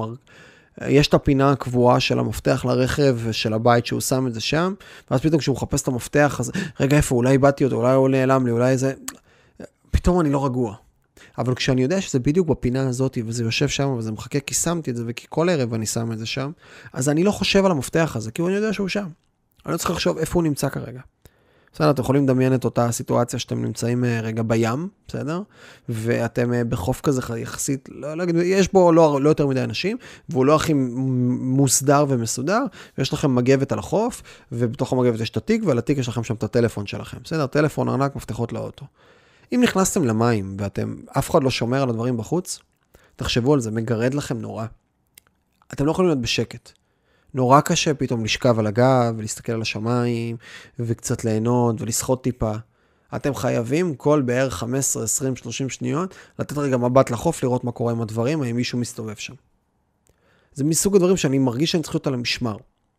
יש את הפינה הקבועה של המפתח לרכב ושל הבית שהוא שם את זה שם, ואז פתאום כשהוא מחפש את המפתח, אז רגע איפה, אולי איבדתי אותו, אולי הוא נעלם לי, אולי זה, פתאום אני לא רגוע. אבל כשאני יודע שזה בדיוק בפינה הזאת, וזה יושב שם, וזה מחכה כי שמתי את זה, וכי כל ערב אני שם את זה שם, אז אני לא חושב על המפתח הזה, כי אני יודע שהוא שם. אני לא צריך לחשוב איפה הוא נמצא כרגע. בסדר, אתם יכולים לדמיין את אותה סיטואציה שאתם נמצאים רגע בים, בסדר? ואתם בחוף כזה יחסית, יש בו לא יותר מדי אנשים, והוא לא הכי מוסדר ומסודר, ויש לכם מגבת על החוף, ובתוך המגבת יש את התיק, ועל התיק יש לכם שם את הטלפון שלכם. בסדר, טלפון, ארנק, מפתחות לאוטו. אם נכנסתם למים, אף אחד לא שומר על הדברים בחוץ, תחשבו על זה, מגרד לכם נורא. אתם לא יכולים להיות בשקט. נורא קשה פתאום לשכב על הגב, ולהסתכל על השמיים, וקצת ליהנות, ולשחות טיפה. אתם חייבים כל בערך 15, 20, 30 שניות, לתת רגע מבט לחוף, לראות מה קורה עם הדברים, האם מישהו מסתובב שם. זה מסוג הדברים שאני מרגיש שאני צריך להיות על המשמר.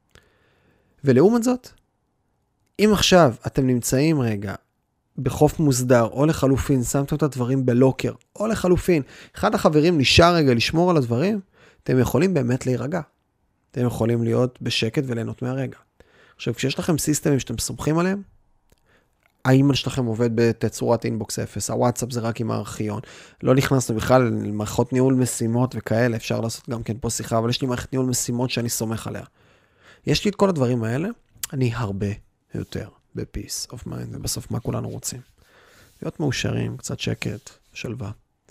ולעומת זאת, אם עכשיו אתם נמצאים רגע, בחוף מוסדר, או לחלופין, שמתם את הדברים בלוקר, או לחלופין, אחד החברים נשאר רגע לשמור על הדברים, אתם יכולים באמת להירגע. אתם יכולים להיות בשקט וליהנות מהרגע. עכשיו, כשיש לכם סיסטמים שאתם סומכים עליהם, האימייל שלכם עובד בתצורת אינבוקס 0, הוואטסאפ זה רק עם הארכיון, לא נכנסנו בכלל למערכות ניהול משימות וכאלה, אפשר לעשות גם כן פה שיחה, אבל יש לי מערכת ניהול משימות שאני סומך עליה. יש לי את כל הדברים האלה, אני הרבה יותר ב-peace of mind, ובסוף מה כולנו רוצים? להיות מאושרים, קצת שקט, שלווה,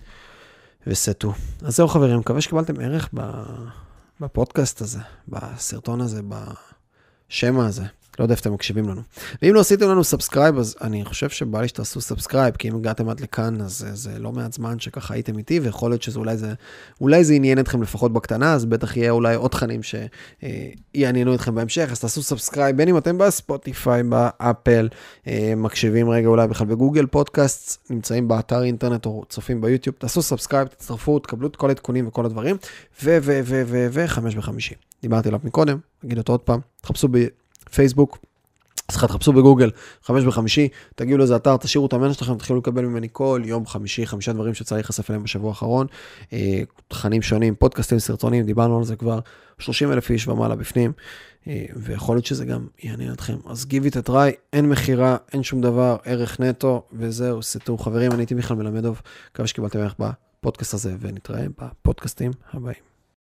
וסטו. אז זהו חברים, מקווה שקיבלתם ערך בפודקאסט הזה, בסרטון הזה, בשמה הזה. לא יודע איפה אתם מקשיבים לנו. ואם לא עשיתם לנו סאבסקרייב, אז אני חושב שבא לי שתעשו סאבסקרייב, כי אם הגעתם עד לכאן, אז זה לא מעט זמן שככה הייתם איתי, ויכול להיות שזה אולי זה עניין אתכם לפחות בקטנה, אז בטח יהיה אולי עוד תכנים שיעניינו אתכם בהמשך, אז תעשו סאבסקרייב, בין אם אתם בספוטיפיי, באפל, מקשיבים רגע אולי בכלל בגוגל פודקאסט, נמצאים באתר אינטרנט או צופים ביוטיוב, תעשו סאבסקרייב, תצטרפו, תקבלו את כל העדכונים וכל הדברים, וחמש בחמישי. דיברתי עליו מקודם, אגיד אותו עוד פעם, תחפשו פייסבוק, אז תחפשו בגוגל 5 בחמישי, תגיעו לזה אתר, תשאירו את המייל שלכם, תתחילו לקבל ממני כל יום חמישי, 5 דברים שצריך לחשוף אליהם בשבוע האחרון, תכנים שונים, פודקאסטים, סרטונים, דיברנו על זה כבר, 30,000 איש ומעלה בפנים, ויכול להיות שזה גם יעניין אתכם. אז give it a try, אין מחירה, אין שום דבר, ערך נטו, וזהו, סטו. חברים, אני הייתי מיכל מלמדוב, מקווה שקיבלתם ערך בפודקאסט הזה, ונתראה בפודקאסטים הבאים.